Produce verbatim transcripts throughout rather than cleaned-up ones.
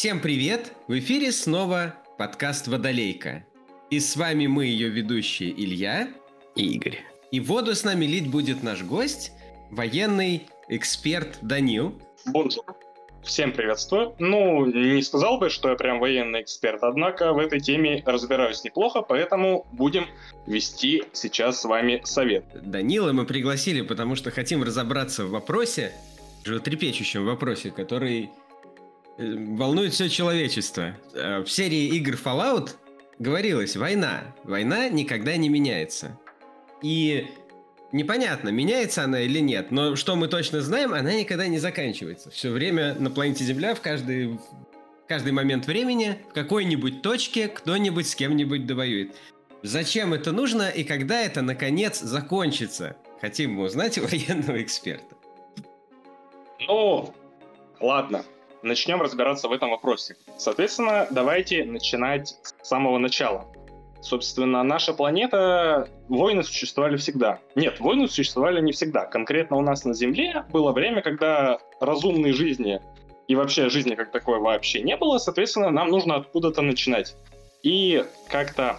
Всем привет! В эфире снова подкаст «Водолейка». И с вами мы, ее ведущие Илья и Игорь. И в воду с нами лить будет наш гость, военный эксперт Данил. Бонжур. Всем приветствую. Ну, не сказал бы, что я прям военный эксперт, однако в этой теме разбираюсь неплохо, поэтому будем вести сейчас с вами совет. Данила мы пригласили, потому что хотим разобраться в вопросе, животрепещущем вопросе, который волнует все человечество. В серии игр Fallout говорилось: война. Война никогда не меняется. И непонятно, меняется она или нет, но что мы точно знаем, она никогда не заканчивается. Все время на планете Земля в каждый, в каждый момент времени в какой-нибудь точке кто-нибудь с кем-нибудь довоюет. Зачем это нужно и когда это, наконец, закончится? Хотим мы узнать у военного эксперта. Ну, ладно. Начнем разбираться в этом вопросе. Соответственно, давайте начинать с самого начала. Собственно, наша планета... Войны существовали всегда. Нет, войны существовали не всегда. Конкретно у нас на Земле было время, когда разумной жизни и вообще жизни как такой вообще не было. Соответственно, нам нужно откуда-то начинать. И как-то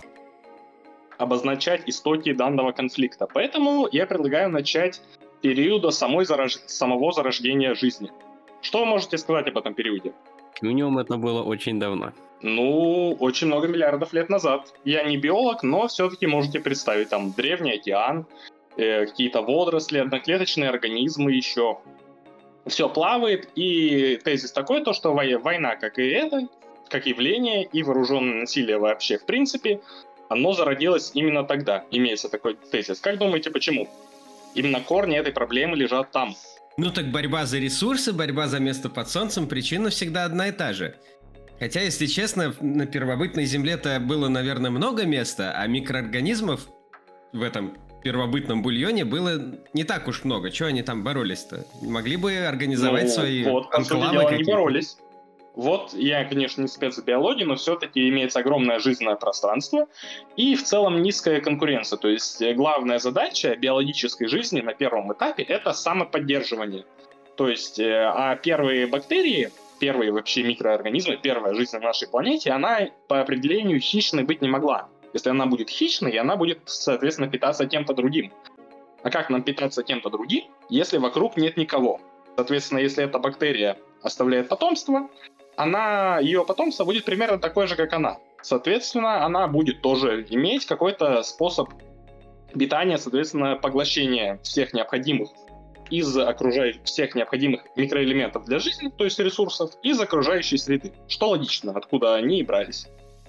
обозначать истоки данного конфликта. Поэтому я предлагаю начать с периода самой зарож... самого зарождения жизни. Что вы можете сказать об этом периоде? Минимум это было очень давно. Ну, очень много миллиардов лет назад. Я не биолог, но все-таки можете представить, там, древний океан, э, какие-то водоросли, одноклеточные организмы еще. Все плавает, и тезис такой, то, что война, как и это, как явление, и вооруженное насилие вообще, в принципе, оно зародилось именно тогда, имеется такой тезис. Как думаете, почему? Именно корни этой проблемы лежат там. Ну так борьба за ресурсы, борьба за место под солнцем, причина всегда одна и та же. Хотя, если честно, на первобытной земле-то было, наверное, много места, а микроорганизмов в этом первобытном бульоне было не так уж много. Чего они там боролись-то? Могли бы организовать ну, свои вот, анклавы дело, какие-то? Они боролись. Вот, я, конечно, не спец в биологии, но все-таки имеется огромное жизненное пространство и в целом низкая конкуренция. То есть главная задача биологической жизни на первом этапе — это самоподдерживание. То есть, а первые бактерии, первые вообще микроорганизмы, первая жизнь на нашей планете, она по определению хищной быть не могла. Если она будет хищной, она будет, соответственно, питаться кем-то другим. А как нам питаться кем-то другим, если вокруг нет никого? Соответственно, если эта бактерия оставляет потомство, она, ее потомство будет примерно такое же, как она. Соответственно, она будет тоже иметь какой-то способ питания, соответственно, поглощения всех необходимых из окружающих, всех необходимых микроэлементов для жизни, то есть ресурсов, из окружающей среды. Что логично, откуда они и брались.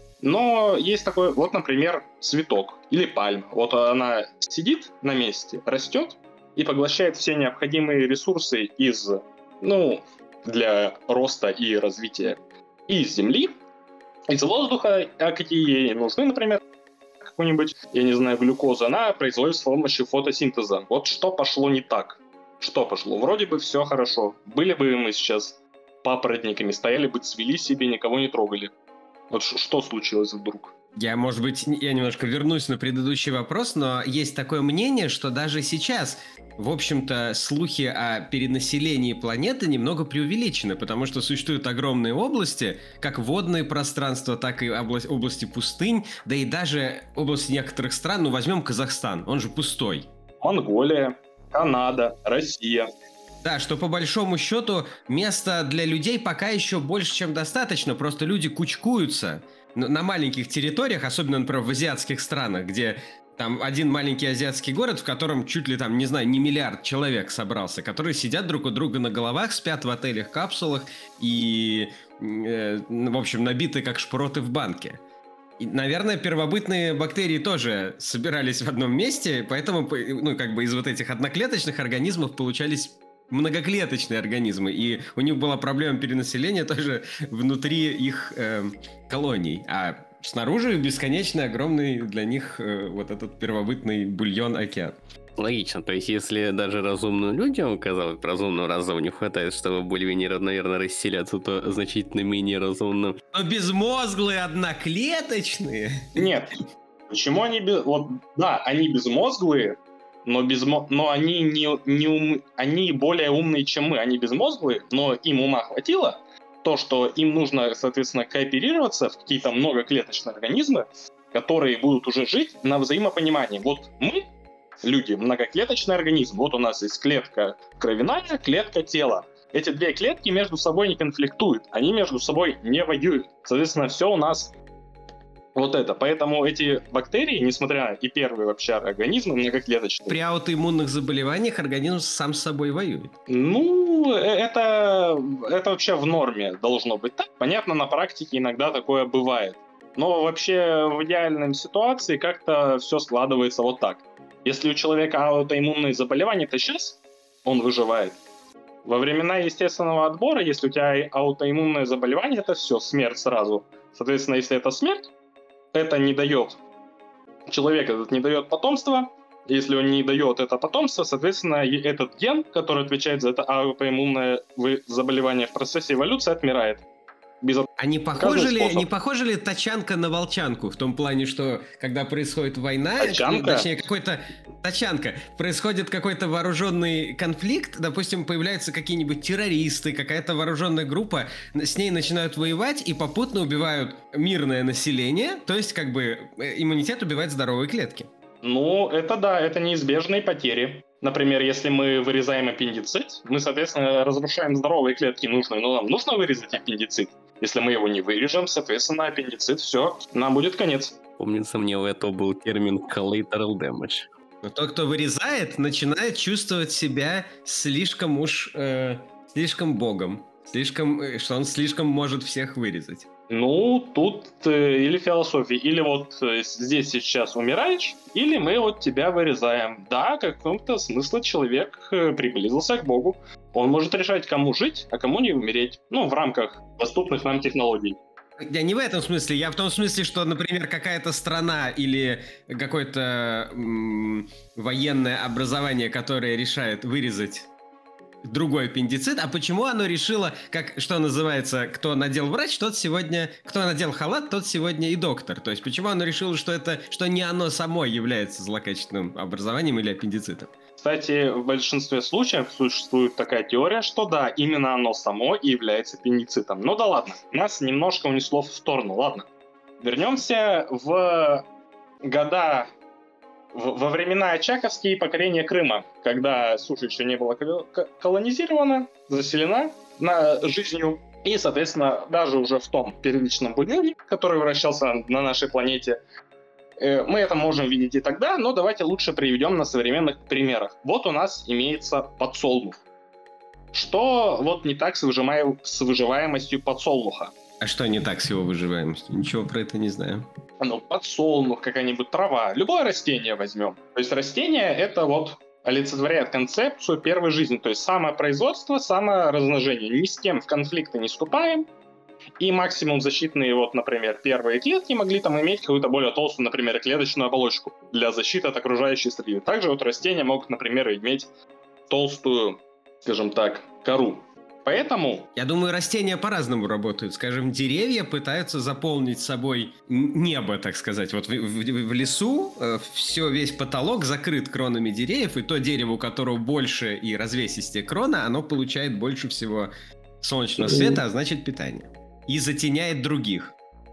Но есть такой, вот, например, цветок или пальма. Вот она сидит на месте, растет и поглощает все необходимые ресурсы из, ну, для роста и развития из земли, из воздуха, а какие ей нужны, например, какую-нибудь, я не знаю, глюкозу, она производит с помощью фотосинтеза. Вот что пошло не так? Что пошло? Вроде бы все хорошо. Были бы мы сейчас папоротниками, стояли бы, цвели себе, никого не трогали. Вот что случилось вдруг? Я, может быть, я немножко вернусь на предыдущий вопрос, но есть такое мнение, что даже сейчас, в общем-то, слухи о перенаселении планеты немного преувеличены, потому что существуют огромные области, как водные пространства, так и область, области пустынь, да и даже области некоторых стран, ну, возьмем Казахстан, он же пустой. Монголия, Канада, Россия. Да, что по большому счету места для людей пока еще больше, чем достаточно, просто люди кучкуются на маленьких территориях, особенно, например, в азиатских странах, где там один маленький азиатский город, в котором чуть ли там, не знаю, не миллиард человек собрался, которые сидят друг у друга на головах, спят в отелях, капсулах и, э, в общем, набиты как шпроты в банке. И, наверное, первобытные бактерии тоже собирались в одном месте, поэтому, ну, как бы из вот этих одноклеточных организмов получались многоклеточные организмы, и у них была проблема перенаселения тоже внутри их э, колоний, а снаружи бесконечный огромный для них э, вот этот первобытный бульон океан. Логично, то есть если даже разумным людям, казалось, разумного разума не хватает, чтобы более-менее, наверное, расселяться, то значительно менее разумным. Но безмозглые одноклеточные? Нет. Почему они без... Вот, да, они безмозглые, но, безмо... но они, не, не ум... они более умные, чем мы. Они безмозглые, но им ума хватило то, что им нужно, соответственно, кооперироваться в какие-то многоклеточные организмы, которые будут уже жить на взаимопонимании. Вот мы, люди, многоклеточный организм. Вот у нас есть клетка кровяная, клетка тела. Эти две клетки между собой не конфликтуют, они между собой не воюют. Соответственно, все у нас вот это. Поэтому эти бактерии, несмотря на и первые вообще организмы многоклеточные... При аутоиммунных заболеваниях организм сам с собой воюет. Ну, это, это вообще в норме должно быть так. Понятно, на практике иногда такое бывает. Но вообще в идеальной ситуации как-то все складывается вот так. Если у человека аутоиммунные заболевания, то сейчас он выживает. Во времена естественного отбора, если у тебя аутоиммунное заболевание, это все, смерть сразу. Соответственно, если это смерть, это не дает, человек этот не дает потомства. Если он не дает это потомство, соответственно, этот ген, который отвечает за это аутоиммунное заболевание в процессе эволюции, отмирает. Без А не похожи, ли, не похожи ли тачанка на волчанку? В том плане, что когда происходит война, тачанка? точнее, какой-то... Тачанка. Происходит какой-то вооруженный конфликт, допустим, появляются какие-нибудь террористы, какая-то вооруженная группа, с ней начинают воевать и попутно убивают мирное население, то есть, как бы, иммунитет убивает здоровые клетки. Ну, это да, это неизбежные потери. Например, если мы вырезаем аппендицит, мы, соответственно, разрушаем здоровые клетки нужные, но нам нужно вырезать аппендицит. Если мы его не вырежем, соответственно, аппендицит, все, нам будет конец. Помнится, мне в это был термин collateral damage. Но тот, кто вырезает, начинает чувствовать себя слишком уж, э, слишком богом. Слишком, что он слишком может всех вырезать. Ну, тут э, или философия, или вот э, здесь сейчас умираешь, или мы вот тебя вырезаем. Да, в каком-то смысле человек э, приблизился к Богу. Он может решать, кому жить, а кому не умереть. Ну, в рамках доступных нам технологий. Я не в этом смысле, я в том смысле, что, например, какая-то страна или какое-то м- военное образование, которое решает вырезать другой аппендицит, а почему оно решило, как, что называется, кто надел врач, тот сегодня, кто надел халат, тот сегодня и доктор. То есть почему оно решило, что это, что не оно само является злокачественным образованием или аппендицитом? Кстати, в большинстве случаев существует такая теория, что да, именно оно само и является аппендицитом. Ну да ладно, нас немножко унесло в сторону, ладно. Вернемся в года, в, во времена Очаковские и покорения Крыма, когда суша еще не была колонизирована, заселена на жизнью. И, соответственно, даже уже в том первичном буднюне, который вращался на нашей планете, мы это можем видеть и тогда, но давайте лучше приведем на современных примерах. Вот у нас имеется подсолнух. Что вот не так с, выжимаем, с выживаемостью подсолнуха? А что не так с его выживаемостью? Ничего про это не знаю. Ну, подсолнух, какая-нибудь трава, любое растение возьмем. То есть растение это вот олицетворяет концепцию первой жизни, то есть самопроизводство, саморазмножение. Ни с кем в конфликты не вступаем. И максимум защитные, вот, например, первые клетки могли там иметь какую-то более толстую, например, клеточную оболочку для защиты от окружающей среды. Также вот растения могут, например, иметь толстую, скажем так, кору. Поэтому... Я думаю, растения по-разному работают. Скажем, деревья пытаются заполнить собой небо, так сказать. Вот в, в, в лесу э, все, весь потолок закрыт кронами деревьев, и то дерево, у которого больше и развесистее крона, оно получает больше всего солнечного света, а значит питание. И затеняет других.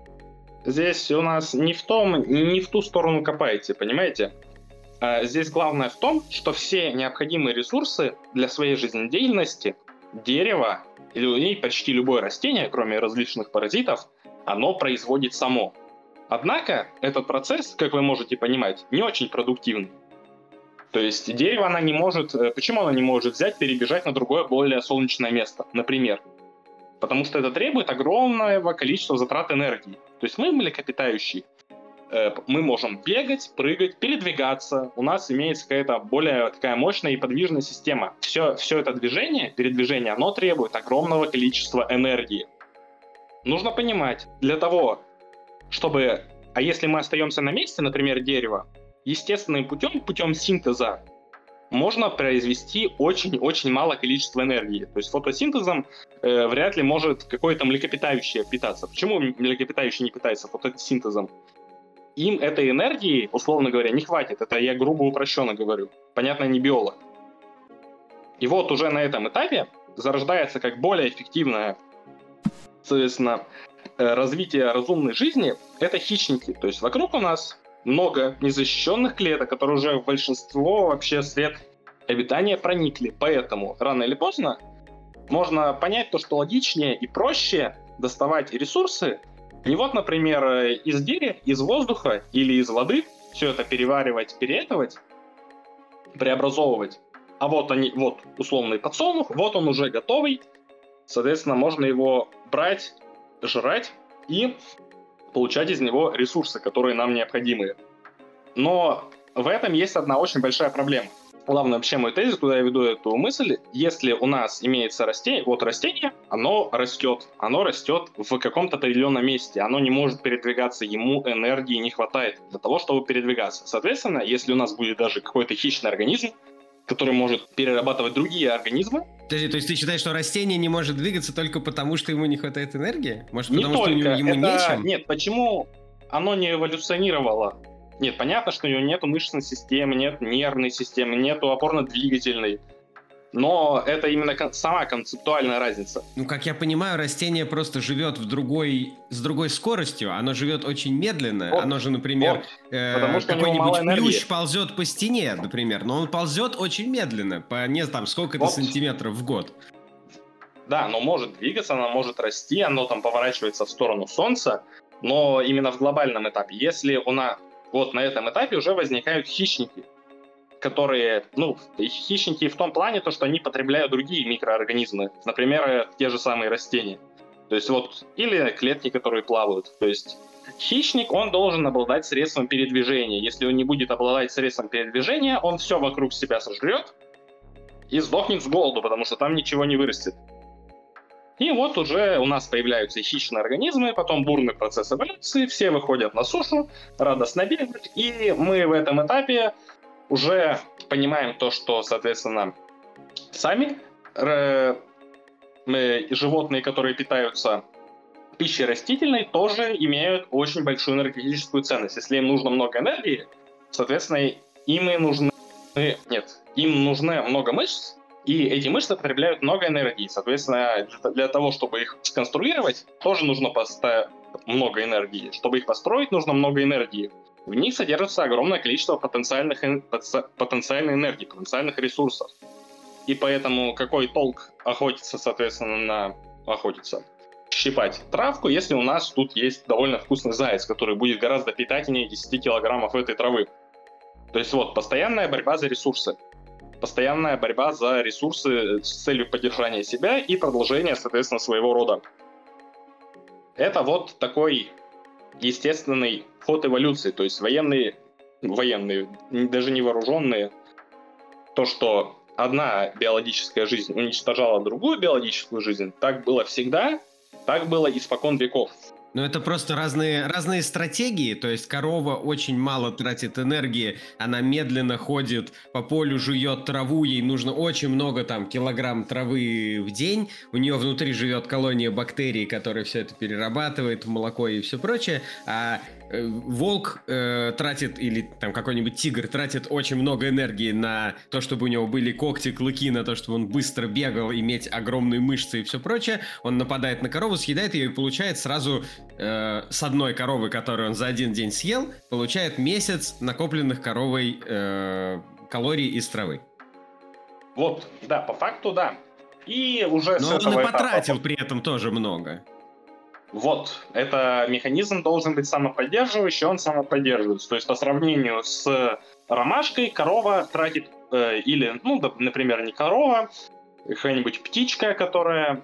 Здесь у нас не в том, не в ту сторону копаете, понимаете? А здесь главное в том, что все необходимые ресурсы для своей жизнедеятельности дерево или почти любое растение, кроме различных паразитов, оно производит само. Однако этот процесс, как вы можете понимать, не очень продуктивный. То есть дерево оно не может... Почему оно не может взять, перебежать на другое, более солнечное место, например? Потому что это требует огромного количества затрат энергии. То есть мы, млекопитающие, мы можем бегать, прыгать, передвигаться. У нас имеется какая-то более такая мощная и подвижная система. Все, все это движение, передвижение, оно требует огромного количества энергии. Нужно понимать, для того, чтобы... А если мы остаемся на месте, например, дерево, естественным путем, путем синтеза, можно произвести очень-очень мало количества энергии. То есть фотосинтезом э, вряд ли может какое-то млекопитающее питаться. Почему млекопитающее не питается фотосинтезом? Им этой энергии, условно говоря, не хватит. Это я грубо упрощенно говорю. Понятно, не биолог. И вот уже на этом этапе зарождается как более эффективная соответственно, э, развитие разумной жизни — это хищники. То есть вокруг у нас много незащищенных клеток, которые уже в большинство вообще сред обитания проникли. Поэтому рано или поздно можно понять то, что логичнее и проще доставать ресурсы не вот, например, из дерева, из воздуха или из воды, все это переваривать, переэтовать, преобразовывать. А вот они, вот условный подсолнух, вот он уже готовый. Соответственно, можно его брать, жрать и получать из него ресурсы, которые нам необходимы. Но в этом есть одна очень большая проблема. Главное, вообще мой тезис, куда я веду эту мысль, если у нас имеется растение, вот растение, оно растет, оно растет в каком-то определенном месте, оно не может передвигаться, ему энергии не хватает для того, чтобы передвигаться. Соответственно, если у нас будет даже какой-то хищный организм, который может перерабатывать другие организмы. Подожди, то есть ты считаешь, что растение не может двигаться только потому, что ему не хватает энергии? Может, Не потому только. что ему Это... нечем? Нет, почему оно не эволюционировало? Нет, понятно, что у него нету мышечной системы, нет нервной системы, нету опорно-двигательной. Но это именно кон- сама концептуальная разница. Ну, как я понимаю, растение просто живет в другой, с другой скоростью. Оно живет очень медленно. Вот, Оно же, например, вот. э, Потому что у него какой-нибудь мало энергии. плющ ползет по стене, например. Но он ползет очень медленно, по не там сколько-то Вот. сантиметров в год. Да, оно может двигаться, оно может расти, оно там поворачивается в сторону Солнца, но именно в глобальном этапе. Если у нас вот на этом этапе уже возникают хищники, которые, ну, хищники в том плане, то, что они потребляют другие микроорганизмы, например, те же самые растения. То есть вот, или клетки, которые плавают. То есть хищник, он должен обладать средством передвижения. Если он не будет обладать средством передвижения, он все вокруг себя сожрет и сдохнет с голоду, потому что там ничего не вырастет. И вот уже у нас появляются хищные организмы, потом бурный процесс эволюции, все выходят на сушу, радостно бегают, и мы в этом этапе уже понимаем то, что, соответственно, сами э, мы, животные, которые питаются пищей растительной, тоже имеют очень большую энергетическую ценность. Если им нужно много энергии, соответственно, им и нужны... Нет, им нужно много мышц, и эти мышцы потребляют много энергии. Соответственно, для, для того, чтобы их сконструировать, тоже нужно поставить много энергии. Чтобы их построить, нужно много энергии. В них содержится огромное количество потенциальных, потенциальной энергии, потенциальных ресурсов. И поэтому какой толк охотиться, соответственно, на... охотиться? Щипать травку, если у нас тут есть довольно вкусный заяц, который будет гораздо питательнее десяти килограммов этой травы. То есть вот, постоянная борьба за ресурсы. Постоянная борьба за ресурсы с целью поддержания себя и продолжения, соответственно, своего рода. Это вот такой естественный ход эволюции. То есть военные, военные, даже не вооруженные, то, что одна биологическая жизнь уничтожала другую биологическую жизнь, так было всегда, так было испокон веков. Ну, это просто разные, разные стратегии, то есть корова очень мало тратит энергии, она медленно ходит по полю, жует траву, ей нужно очень много там килограмм травы в день, у нее внутри живет колония бактерий, которая все это перерабатывает в молоко и все прочее, а э, волк э, тратит, или там какой-нибудь тигр тратит очень много энергии на то, чтобы у него были когти, клыки, на то, чтобы он быстро бегал, иметь огромные мышцы и все прочее, он нападает на корову, съедает ее и получает сразу с одной коровы, которую он за один день съел, получает месяц накопленных коровой э, калорий из травы. Вот, да, по факту, да. И уже Но с он этого и потратил этапа... при этом тоже много. Вот, это механизм должен быть самоподдерживающий, он самоподдерживается. То есть по сравнению с ромашкой корова тратит, э, или, ну, например, не корова, какая-нибудь птичка, которая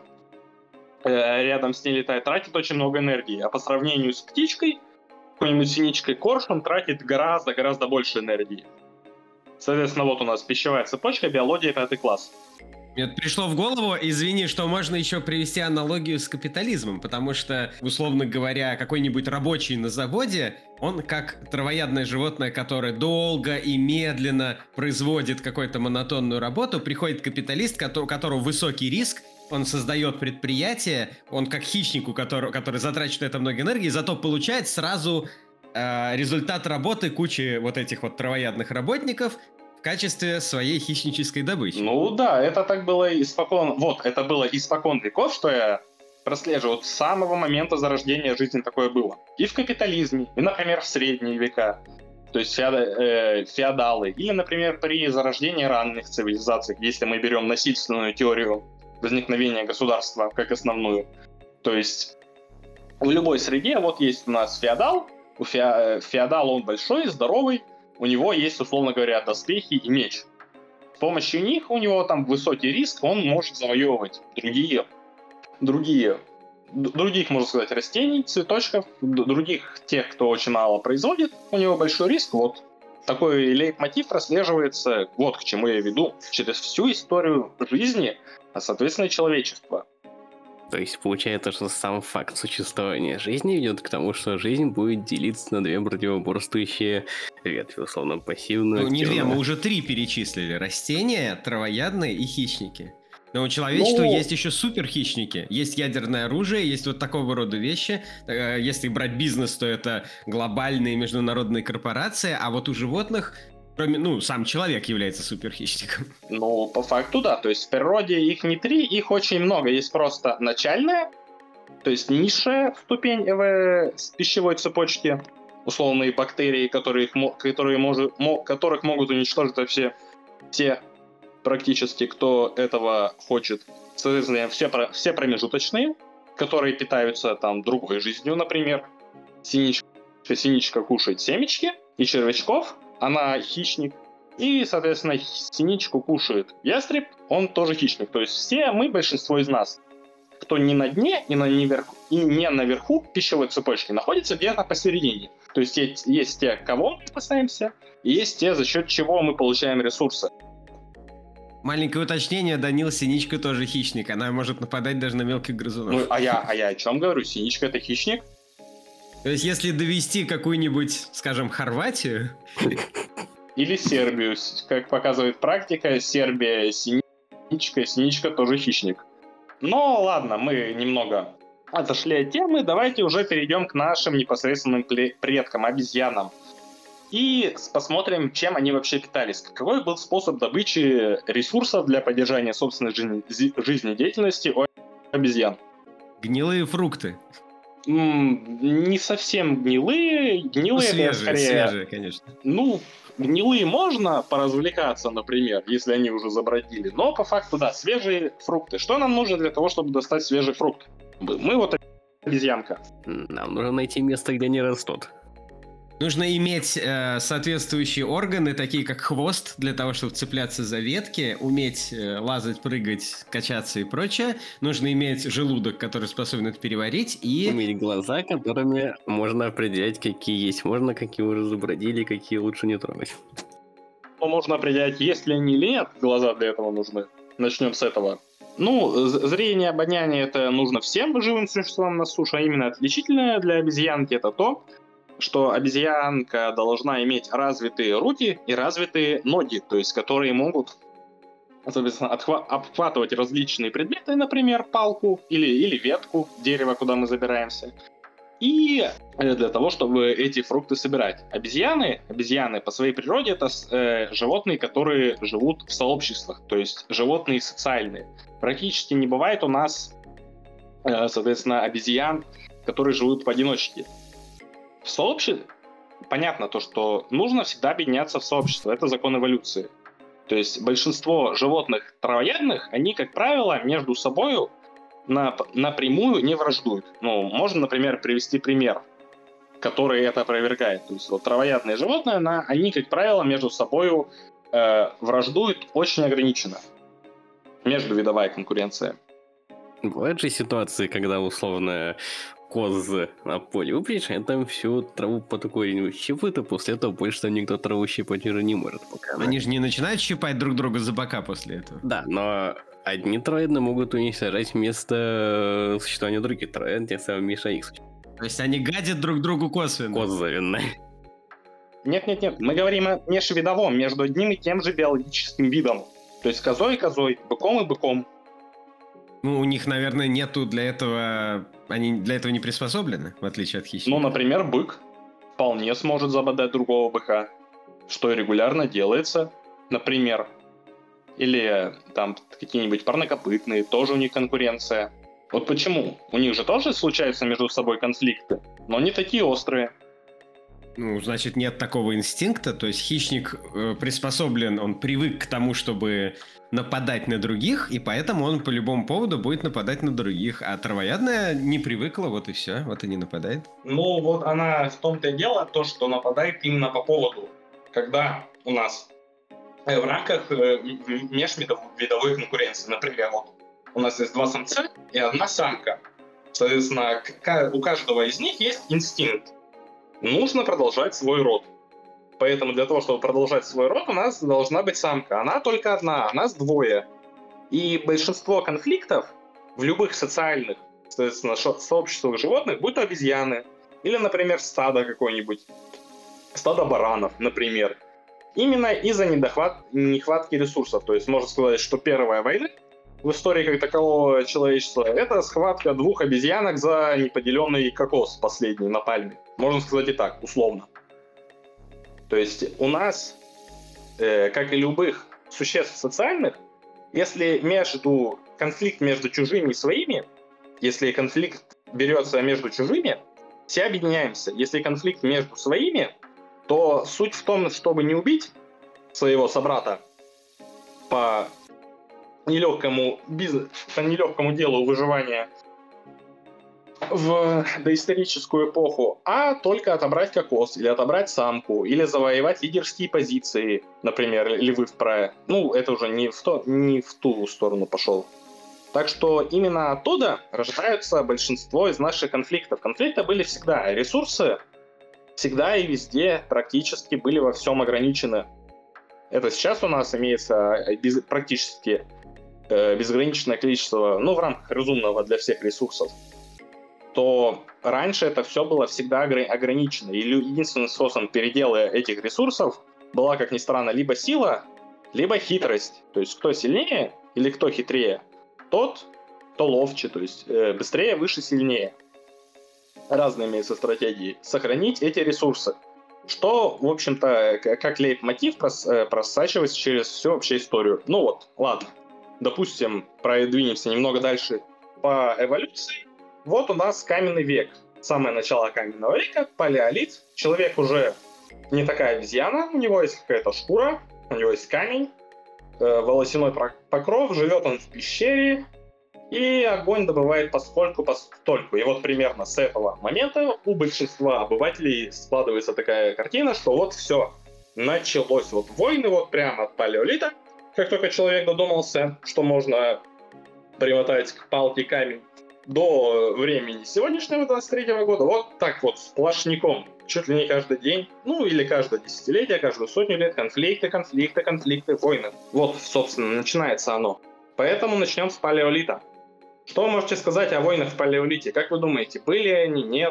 рядом с ней летает, тратит очень много энергии. А по сравнению с птичкой, какой-нибудь синичкой коршун тратит гораздо-гораздо больше энергии. Соответственно, вот у нас пищевая цепочка, биология, пятый класс. Мне пришло в голову, извини, что можно еще привести аналогию с капитализмом, потому что, условно говоря, какой-нибудь рабочий на заводе, он как травоядное животное, которое долго и медленно производит какую-то монотонную работу, приходит капиталист, у которого высокий риск, он создает предприятие, он как хищник, у которого, который затрачивает это много энергии, зато получает сразу э, результат работы кучи вот этих вот травоядных работников в качестве своей хищнической добычи. Ну да, это так было испокон... Вот, это было испокон веков, что я прослеживают с самого момента зарождения жизни такое было. И в капитализме, и, например, в средние века. То есть феода, э, феодалы. Или, например, при зарождении ранних цивилизаций, если мы берем насильственную теорию возникновения государства как основную. То есть в любой среде вот есть у нас феодал. У фе, феодала он большой, здоровый. У него есть, условно говоря, доспехи и меч. С помощью них у него там высокий риск, он может завоевывать другие, другие, других, можно сказать, растений, цветочков, других тех, кто очень мало производит, у него большой риск. Вот такой лейтмотив прослеживается, вот к чему я веду, через всю историю жизни, а соответственно человечества. То есть получается, что сам факт существования жизни ведет к тому, что жизнь будет делиться на две противоборствующие ветви, условно пассивную. Ну, не две, активную. мы уже три перечислили. Растения, травоядные и хищники. Но у человечества Ну- есть еще суперхищники. Есть ядерное оружие, есть вот такого рода вещи. Э, Если брать бизнес, то это глобальные международные корпорации, а вот у животных, кроме, ну, сам человек является суперхищником. Ну, по факту, да. То есть в природе их не три, их очень много. Есть просто начальная, то есть низшая ступень в с пищевой цепочки, условные бактерии, которые, их мо- которые может, мо- которых могут уничтожить вообще все практически, кто этого хочет. Соответственно, все, про- все промежуточные, которые питаются там другой жизнью, например. Синичка, синичка кушает семечки и червячков, она хищник. И, соответственно, синичку кушает ястреб, он тоже хищник. То есть все мы, большинство из нас, кто не на дне и, на неверху, и не наверху пищевой цепочки, находится где-то посередине. То есть есть, есть те, кого мы спасаемся, и есть те, за счет чего мы получаем ресурсы. Маленькое уточнение, Данил, синичка тоже хищник. Она может нападать даже на мелких Ну, грызунов. а я, а я о чем говорю? Синичка — это хищник? То есть если довести какую-нибудь, скажем, Хорватию, Или Сербию. С- Как показывает практика, Сербия — синичка, синичка тоже хищник. Но ладно, мы немного отошли от темы, давайте уже перейдем к нашим непосредственным пле- предкам, обезьянам. И с- посмотрим, чем они вообще питались. Какой был способ добычи ресурсов для поддержания собственной жизни- зи- жизнедеятельности у обезьян? гнилые фрукты. М, не совсем гнилые. Ну, Гнилые это свежие, скорее... свежие, конечно. Ну, гнилые можно поразвлекаться, например, если они уже забродили. Но по факту, да, свежие фрукты. Что нам нужно для того, чтобы достать свежий фрукт? Мы вот обезьянка. Нам нужно найти место, где они растут. Нужно иметь э, соответствующие органы, такие как хвост, для того, чтобы цепляться за ветки, уметь э, лазать, прыгать, качаться и прочее. Нужно иметь желудок, который способен это переварить, и... Иметь глаза, которыми можно определять, какие есть можно, какие уже забродили, какие лучше не трогать. Но можно определять, есть ли они или нет. Глаза для этого нужны. Начнем с этого. Ну, з- зрение, обоняние — это нужно всем живым существам на суше, а именно отличительное для обезьянки — это то, что обезьянка должна иметь развитые руки и развитые ноги, то есть которые могут, соответственно, отхва- обхватывать различные предметы, например, палку или, или ветку дерева, куда мы забираемся, и э, для того, чтобы эти фрукты собирать. Обезьяны, обезьяны по своей природе это с- э, животные, которые живут в сообществах, то есть животные социальные. Практически не бывает у нас, э, соответственно, обезьян, которые живут поодиночке. В сообществе понятно то, что нужно всегда объединяться в сообщество. Это закон эволюции. То есть большинство животных травоядных, они, как правило, между собой на, напрямую не враждуют. Ну, можно, например, привести пример, который это опровергает. То есть вот травоядные животные, на, они, как правило, между собой э, враждуют очень ограниченно. Междувидовая конкуренция. Бывают же ситуации, когда условно козы на поле упрячь, они там всю траву по такой линии щипают, и после этого больше там никто траву щипать уже не может. Пока, да? Они же не начинают щипать друг друга за бока после этого. Да, но одни травоядные могут уничтожать место существования других травоядных, тем самым мешая их существовать. То есть они гадят друг другу косвенно. Козовенно. Нет-нет-нет, мы говорим о межвидовом, между одним и тем же биологическим видом. То есть козой и козой, быком и быком. Ну, у них, наверное, нету для этого... Они для этого не приспособлены, в отличие от Ну, хищников. например, бык вполне сможет забодать другого быка, что и регулярно делается, например. Или там какие-нибудь парнокопытные, тоже у них конкуренция. Вот почему? У них же тоже случаются между собой конфликты, но не такие острые. Ну, значит, нет такого инстинкта, то есть хищник э, приспособлен, он привык к тому, чтобы нападать на других, и поэтому он по любому поводу будет нападать на других, а травоядная не привыкла, вот и все, вот и не нападает. Ну, вот она в том-то и дело, то, что нападает именно по поводу, когда у нас э, в рамках э, межвидовой конкуренции, например, вот у нас есть два самца и одна самка, соответственно, к- у каждого из них есть инстинкт. Нужно продолжать свой род. Поэтому для того, чтобы продолжать свой род, у нас должна быть самка. Она только одна, а нас двое. И большинство конфликтов в любых социальных, соответственно, шо- сообществах животных, будь то обезьяны, или, например, стадо какое-нибудь, стадо баранов, например, именно из-за недохват- нехватки ресурсов. То есть можно сказать, что первая война в истории как такового человечества — это схватка двух обезьянок за неподеленный кокос последний на пальме. Можно сказать и так, условно. То есть у нас, э, как и любых существ социальных, если между конфликт между чужими и своими, если конфликт берется между чужими, все объединяемся. Если конфликт между своими, то суть в том, чтобы не убить своего собрата по нелегкому бизнес, по нелегкому делу выживания в доисторическую эпоху, а только отобрать кокос, или отобрать самку, или завоевать лидерские позиции, например, львы в прае. Ну, это уже не в, то, не в ту сторону пошел. Так что именно оттуда рождаются большинство из наших конфликтов. Конфликты были всегда, ресурсы всегда и везде практически были во всем ограничены. Это сейчас у нас имеется без, практически э, безграничное количество, ну, в рамках разумного для всех ресурсов. То раньше это все было всегда ограничено. И единственным способом передела этих ресурсов была, как ни странно, либо сила, либо хитрость. То есть кто сильнее или кто хитрее, тот, кто ловче, то есть э, быстрее, выше, сильнее. Разные имеются стратегии. Сохранить эти ресурсы. Что, в общем-то, как лейтмотив прос- просачивается через всю вообще историю. Ну вот, ладно. Допустим, продвинемся немного дальше по эволюции. Вот у нас каменный век. Самое начало каменного века, палеолит. Человек уже не такая обезьяна, у него есть какая-то шкура, у него есть камень, э, волосяной покров, живет он в пещере, и огонь добывает поскольку-постольку. И вот примерно с этого момента у большинства обывателей складывается такая картина, что вот все, началось. Вот войны вот прямо от палеолита, как только человек додумался, что можно примотать к палке камень, до времени сегодняшнего двадцать третьего года, вот так вот сплошняком, чуть ли не каждый день, ну или каждое десятилетие, каждую сотню лет, конфликты, конфликты, конфликты, войны. Вот, собственно, начинается оно. Поэтому начнем с палеолита. Что вы можете сказать о войнах в палеолите? Как вы думаете, были они, нет?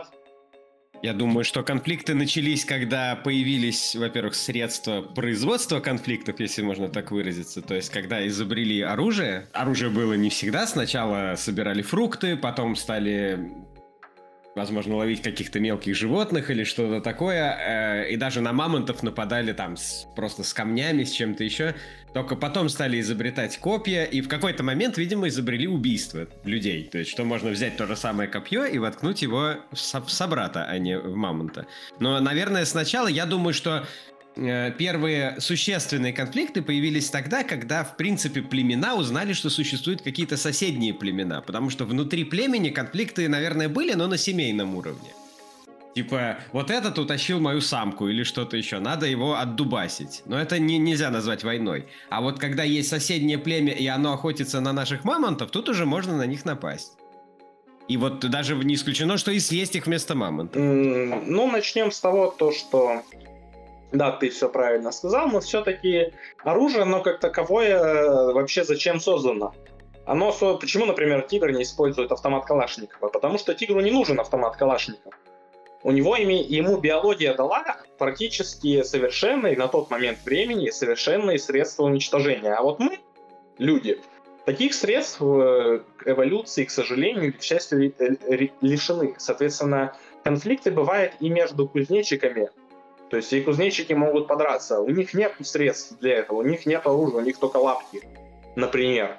Я думаю, что конфликты начались, когда появились, во-первых, средства производства конфликтов, если можно так выразиться. То есть, когда изобрели оружие. Оружие было не всегда. Сначала собирали фрукты, потом стали, возможно, ловить каких-то мелких животных или что-то такое. И даже на мамонтов нападали там с, просто с камнями, с чем-то еще. Только потом стали изобретать копья, и в какой-то момент, видимо, изобрели убийство людей. То есть, что можно взять то же самое копье и воткнуть его в собрата, а не в мамонта. Но, наверное, сначала я думаю, что э, первые существенные конфликты появились тогда, когда, в принципе, племена узнали, что существуют какие-то соседние племена. Потому что внутри племени конфликты, наверное, были, но на семейном уровне. Типа, вот этот утащил мою самку или что-то еще, надо его отдубасить. Но это не, нельзя назвать войной. А вот когда есть соседнее племя, и оно охотится на наших мамонтов, тут уже можно на них напасть. И вот даже не исключено, что и съесть их вместо мамонтов. Mm, ну, начнем с того, то, что... Да, ты все правильно сказал, но все-таки оружие, оно как таковое вообще зачем создано? Оно... Почему, например, тигр не использует автомат Калашникова? Потому что тигру не нужен автомат Калашникова. У него ему биология дала практически совершенные на тот момент времени совершенные средства уничтожения. А вот мы, люди, таких средств эволюции, к сожалению, к счастью, лишены. Соответственно, конфликты бывают и между кузнечиками. То есть и кузнечики могут подраться. У них нет средств для этого, у них нет оружия, у них только лапки, например.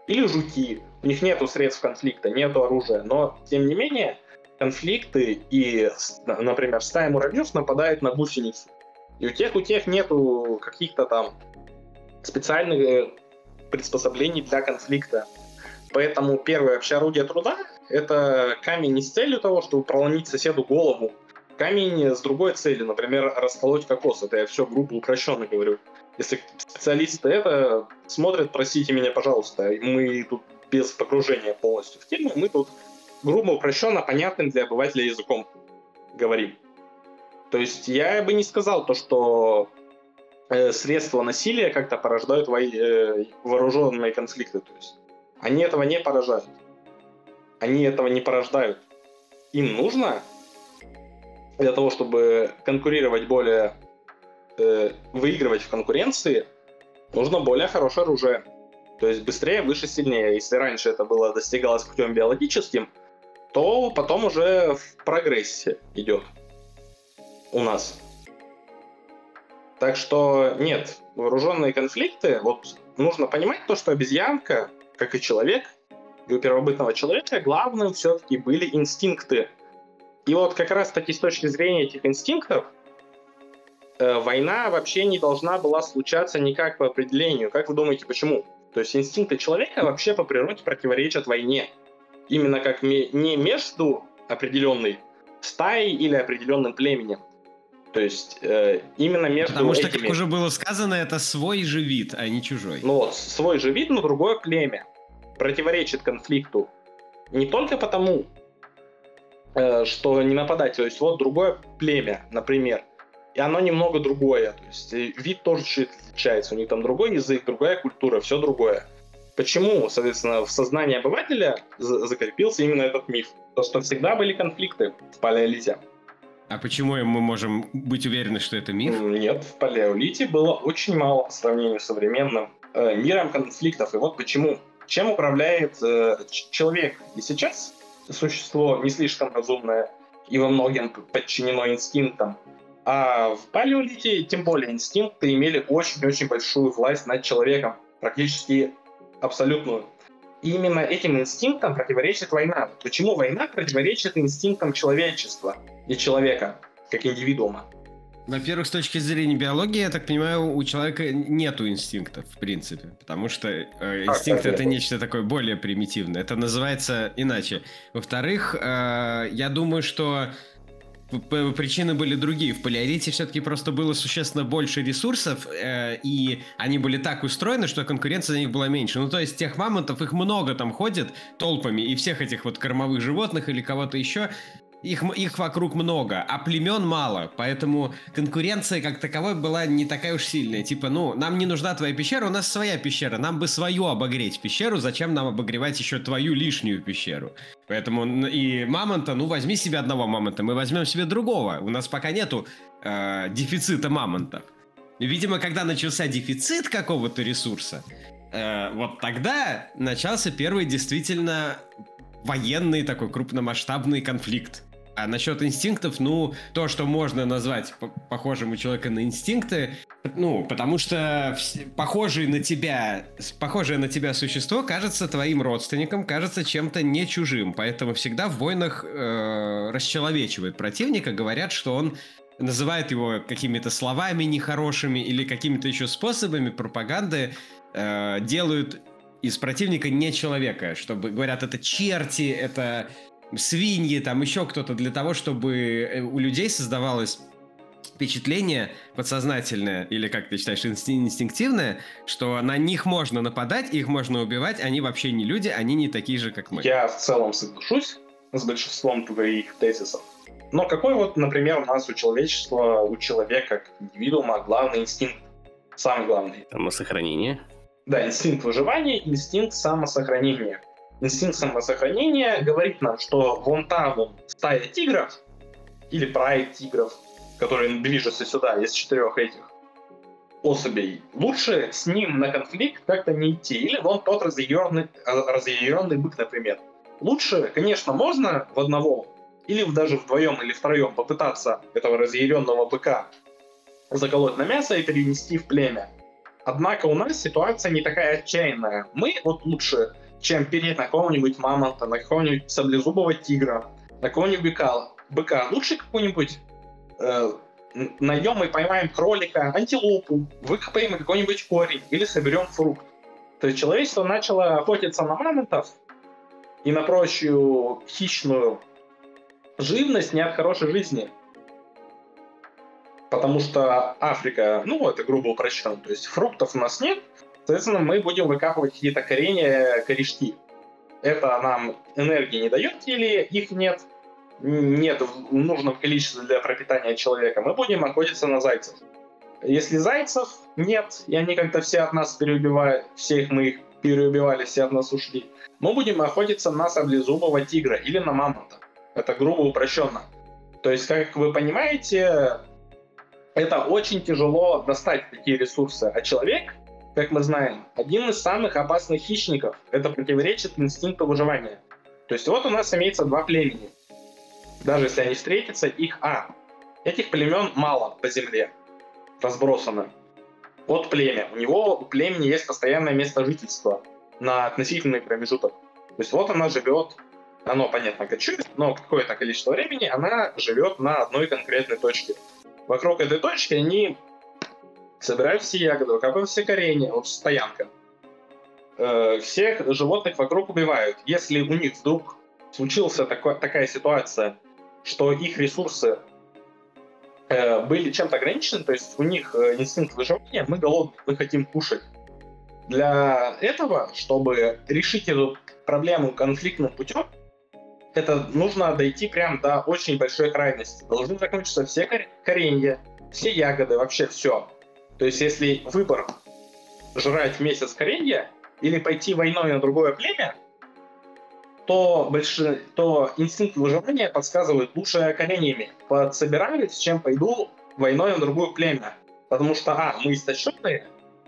или жуки. У них нету средств конфликта, нету оружия, но, тем не менее, конфликты и, например, стая муравьев нападает на гусеницу. И у тех, у тех нету каких-то там специальных приспособлений для конфликта. Поэтому первое вообще орудие труда — это камень не с целью того, чтобы проломить соседу голову, камень с другой целью, например, расколоть кокос. Это я все грубо упрощенно говорю. Если специалисты это смотрят, простите меня, пожалуйста, мы тут без погружения полностью в тему, мы тут грубо упрощенно, понятным для обывателя языком говорим. То есть я бы не сказал то, что э, средства насилия как-то порождают во- э, вооруженные конфликты. То есть они этого не порождают. Они этого не порождают. Им нужно для того, чтобы конкурировать более, э, выигрывать в конкуренции, нужно более хорошее оружие. То есть быстрее, выше, сильнее. Если раньше это было достигалось путем биологическим, то потом уже в прогрессе идет у нас. Так что нет, вооруженные конфликты, вот нужно понимать то, что обезьянка, как и человек, и у первобытного человека главным все-таки были инстинкты. И вот как раз-таки с точки зрения этих инстинктов э, война вообще не должна была случаться никак по определению. Как вы думаете, почему? То есть инстинкты человека вообще по природе противоречат войне. Именно как ме- не между определенной стаей или определенным племенем. То есть э, именно между Потому что, этими... как уже было сказано, это свой же вид, а не чужой. Ну вот, свой же вид, но другое племя противоречит конфликту. Не только потому, э, что не нападать. То есть вот другое племя, например, и оно немного другое. То есть вид тоже чуть отличается. У них там другой язык, другая культура, все другое. Почему, соответственно, в сознании обывателя закрепился именно этот миф? То, что всегда были конфликты в палеолите. А почему мы можем быть уверены, что это миф? Нет, в палеолите было очень мало по сравнению с современным э, миром конфликтов. И вот почему. Чем управляет э, человек? И сейчас существо не слишком разумное и во многом подчинено инстинктам. А в палеолите, тем более, инстинкты имели очень-очень большую власть над человеком. Практически абсолютную. И именно этим инстинктам противоречит война. Почему война противоречит инстинктам человечества и человека, как индивидуума? Во-первых, с точки зрения биологии, я так понимаю, у человека нету инстинктов, в принципе. Потому что э, инстинкт — это нечто такое более примитивное. Это называется иначе. Во-вторых, э, я думаю, что причины были другие. В палеолите все-таки просто было существенно больше ресурсов, э, и они были так устроены, что конкуренция за них была меньше. Ну, то есть тех мамонтов, их много там ходит толпами, и всех этих вот кормовых животных или кого-то еще, их, их вокруг много, а племен мало. Поэтому конкуренция как таковой была не такая уж сильная. Типа, ну, нам не нужна твоя пещера, у нас своя пещера. Нам бы свою обогреть пещеру, зачем нам обогревать еще твою лишнюю пещеру? Поэтому и мамонта, ну, возьми себе одного мамонта, мы возьмем себе другого. У нас пока нету э, дефицита мамонтов. Видимо, когда начался дефицит какого-то ресурса, э, вот тогда начался первый действительно военный такой крупномасштабный конфликт. А насчет инстинктов, ну, то, что можно назвать похожим у человека на инстинкты, ну, потому что вс- похожий на тебя, похожее на тебя существо кажется твоим родственником, кажется чем-то не чужим. Поэтому всегда в войнах э, расчеловечивают противника, говорят, что он называет его какими-то словами нехорошими или какими-то еще способами пропаганды, э, делают из противника не человека, чтобы, говорят, это черти, это свиньи, там еще кто-то, для того, чтобы у людей создавалось впечатление подсознательное, или, как ты считаешь, инстинктивное, что на них можно нападать, их можно убивать, они вообще не люди, они не такие же, как мы. Я в целом соглашусь с большинством твоих тезисов. Но какой вот, например, у нас у человечества, у человека, как индивидуума, главный инстинкт? Самый главный. Самосохранение. Да, инстинкт выживания, инстинкт самосохранения. Инстинкт самосохранения говорит нам, что вон та вон стая тигров, или прайд тигров, которые движутся сюда из четырех этих особей, лучше с ним на конфликт как-то не идти. Или вон тот разъяренный, разъяренный бык, например. Лучше, конечно, можно в одного, или даже вдвоем или втроем попытаться этого разъяренного быка заколоть на мясо и перенести в племя. Однако у нас ситуация не такая отчаянная. Мы вот лучше, чем переть на какого-нибудь мамонта, на какого-нибудь саблезубого тигра, на какого-нибудь быка, быка. Лучше какой-нибудь э, найдем и поймаем кролика, антилопу, выкопаем какой-нибудь корень или соберем фрукт. То есть человечество начало охотиться на мамонтов и на прочую хищную живность не от хорошей жизни. Потому что Африка, ну, это грубо упрощенно, то есть фруктов у нас нет, соответственно, мы будем выкапывать какие-то коренья, корешки. Это нам энергии не дает или их нет, нет в нужном количестве для пропитания человека, мы будем охотиться на зайцев. Если зайцев нет, и они как-то все от нас переубивают, всех мы их переубивали, все от нас ушли, мы будем охотиться на саблезубого тигра или на мамонта. Это грубо упрощенно. То есть, как вы понимаете, это очень тяжело достать такие ресурсы. А человек, как мы знаем, один из самых опасных хищников. Это противоречит инстинкту выживания. То есть вот у нас имеется два племени. Даже если они встретятся, их а. Этих племен мало по земле. Разбросано. Вот племя. У него, у племени есть постоянное место жительства на относительный промежуток. То есть вот она живет, оно, понятно, кочует, но какое-то количество времени она живет на одной конкретной точке. Вокруг этой точки они собирают все ягоды, выкапывают все коренья, вот стоянка. Э, всех животных вокруг убивают. Если у них вдруг случилась такой, такая ситуация, что их ресурсы э, были чем-то ограничены, то есть у них э, инстинкт выживания, мы голодны, мы хотим кушать. Для этого, чтобы решить эту проблему конфликтным путем, это нужно дойти прям до очень большой крайности. Должны закончиться все коренья, все ягоды, вообще все. То есть если выбор жрать месяц коренья или пойти войной на другое племя, то, больше, то инстинкт выживания подсказывает лучше кореньями. Подсобираюсь, чем пойду войной на другое племя. Потому что а. мы истощенные,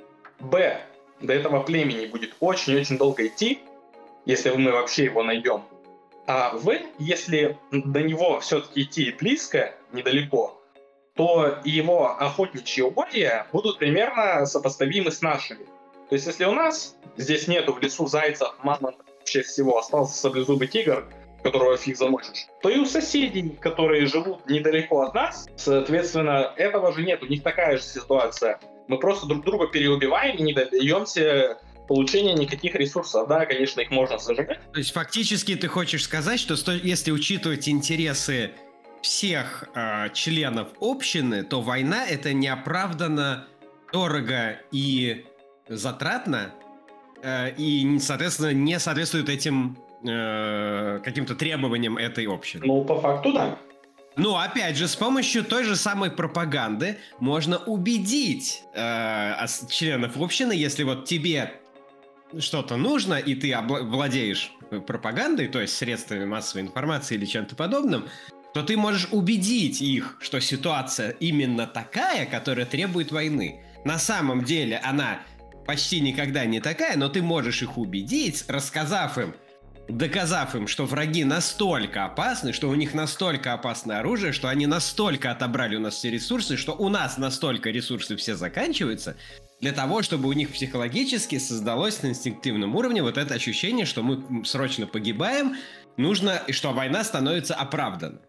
б. до этого племени будет очень-очень долго идти, если мы вообще его найдем. А в, если до него все-таки идти близко, недалеко, то его охотничьи угодья будут примерно сопоставимы с нашими. То есть если у нас здесь нету в лесу зайцев, мамонтов, вообще всего, остался саблезубый тигр, которого фиг замочишь, то и у соседей, которые живут недалеко от нас, соответственно, этого же нет, у них такая же ситуация. Мы просто друг друга переубиваем и не добьемся получения никаких ресурсов. Да, конечно, их можно сожрать. То есть фактически ты хочешь сказать, что сто... если учитывать интересы всех э, членов общины, то война — это неоправданно дорого и затратно, э, и, соответственно, не соответствует этим э, каким-то требованиям этой общины. Ну, по факту, да. Ну, опять же, с помощью той же самой пропаганды можно убедить э, членов общины, если вот тебе что-то нужно, и ты обла- владеешь пропагандой, то есть средствами массовой информации или чем-то подобным, то ты можешь убедить их, что ситуация именно такая, которая требует войны. На самом деле она почти никогда не такая, но ты можешь их убедить, рассказав им, доказав им, что враги настолько опасны, что у них настолько опасное оружие, что они настолько отобрали у нас все ресурсы, что у нас настолько ресурсы все заканчиваются, для того, чтобы у них психологически создалось на инстинктивном уровне вот это ощущение, что мы срочно погибаем, нужно, и что война становится оправданной.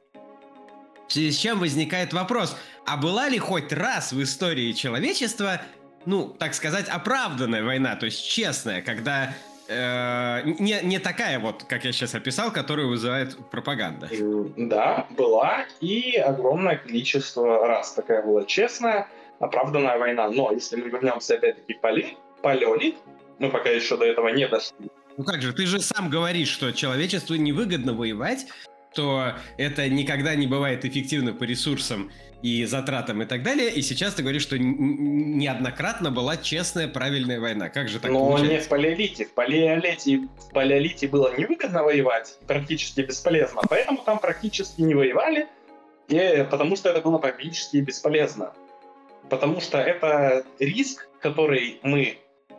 В связи с чем возникает вопрос, а была ли хоть раз в истории человечества, ну, так сказать, оправданная война, то есть честная, когда э, не, не такая вот, как я сейчас описал, которую вызывает пропаганда? Да, была, и огромное количество раз такая была честная, оправданная война. Но если мы вернемся опять-таки в пале... палеолит, мы пока еще до этого не дошли. Ну как же, ты же сам говоришь, что человечеству невыгодно воевать, то это никогда не бывает эффективно по ресурсам и затратам и так далее. И сейчас ты говоришь, что неоднократно была честная, правильная война. Как же так Но получается? не в палеолите. В палеолите, в палеолите было невыгодно воевать, практически бесполезно. Поэтому там практически не воевали, и, потому что это было практически бесполезно. Потому что это риск, который мы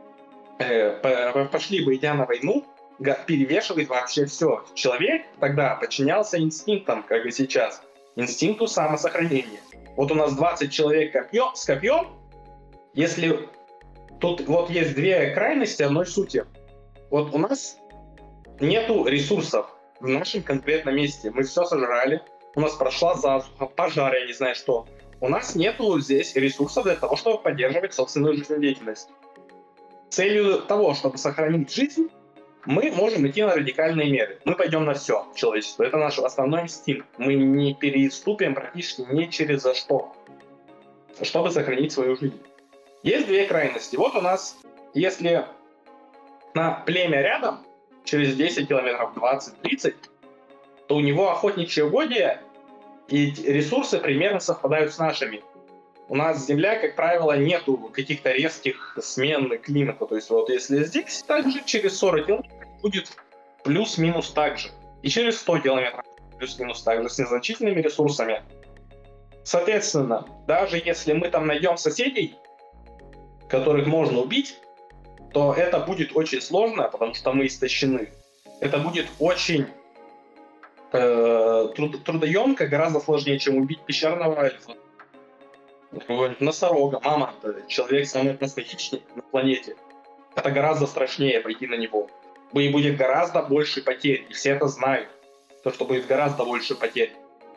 э, пошли бы, идя на войну, перевешивает вообще все. Человек тогда подчинялся инстинктам, как и сейчас. Инстинкту самосохранения. Вот у нас двадцать человек копье, с копьем. Если тут вот есть две крайности одной сути. Вот у нас нету ресурсов в нашем конкретном месте. Мы все сожрали, у нас прошла засуха, пожар, я не знаю что. У нас нету здесь ресурсов для того, чтобы поддерживать собственную жизнедеятельность. Целью того, чтобы сохранить жизнь, мы можем идти на радикальные меры. Мы пойдем на все человечество. Это наш основной инстинкт. Мы не переступим практически ни через за что, чтобы сохранить свою жизнь. Есть две крайности. Вот у нас, если на племя рядом, через десять километров, двадцать тридцать, то у него охотничьи угодья и ресурсы примерно совпадают с нашими. У нас Земля, как правило, нету каких-то резких смен климата. То есть вот если здесь, также через сорок километров будет плюс-минус так же. И через сто километров плюс-минус так же, с незначительными ресурсами. Соответственно, даже если мы там найдем соседей, которых можно убить, то это будет очень сложно, потому что мы истощены. Это будет очень э, труд- трудоемко, гораздо сложнее, чем убить пещерного эльфа. Какого-нибудь носорога. Мама, это человек самый настоящий на планете. Это гораздо страшнее пойти на него. И будет гораздо больше потерь. И все это знают. То, что будет гораздо больше потерь.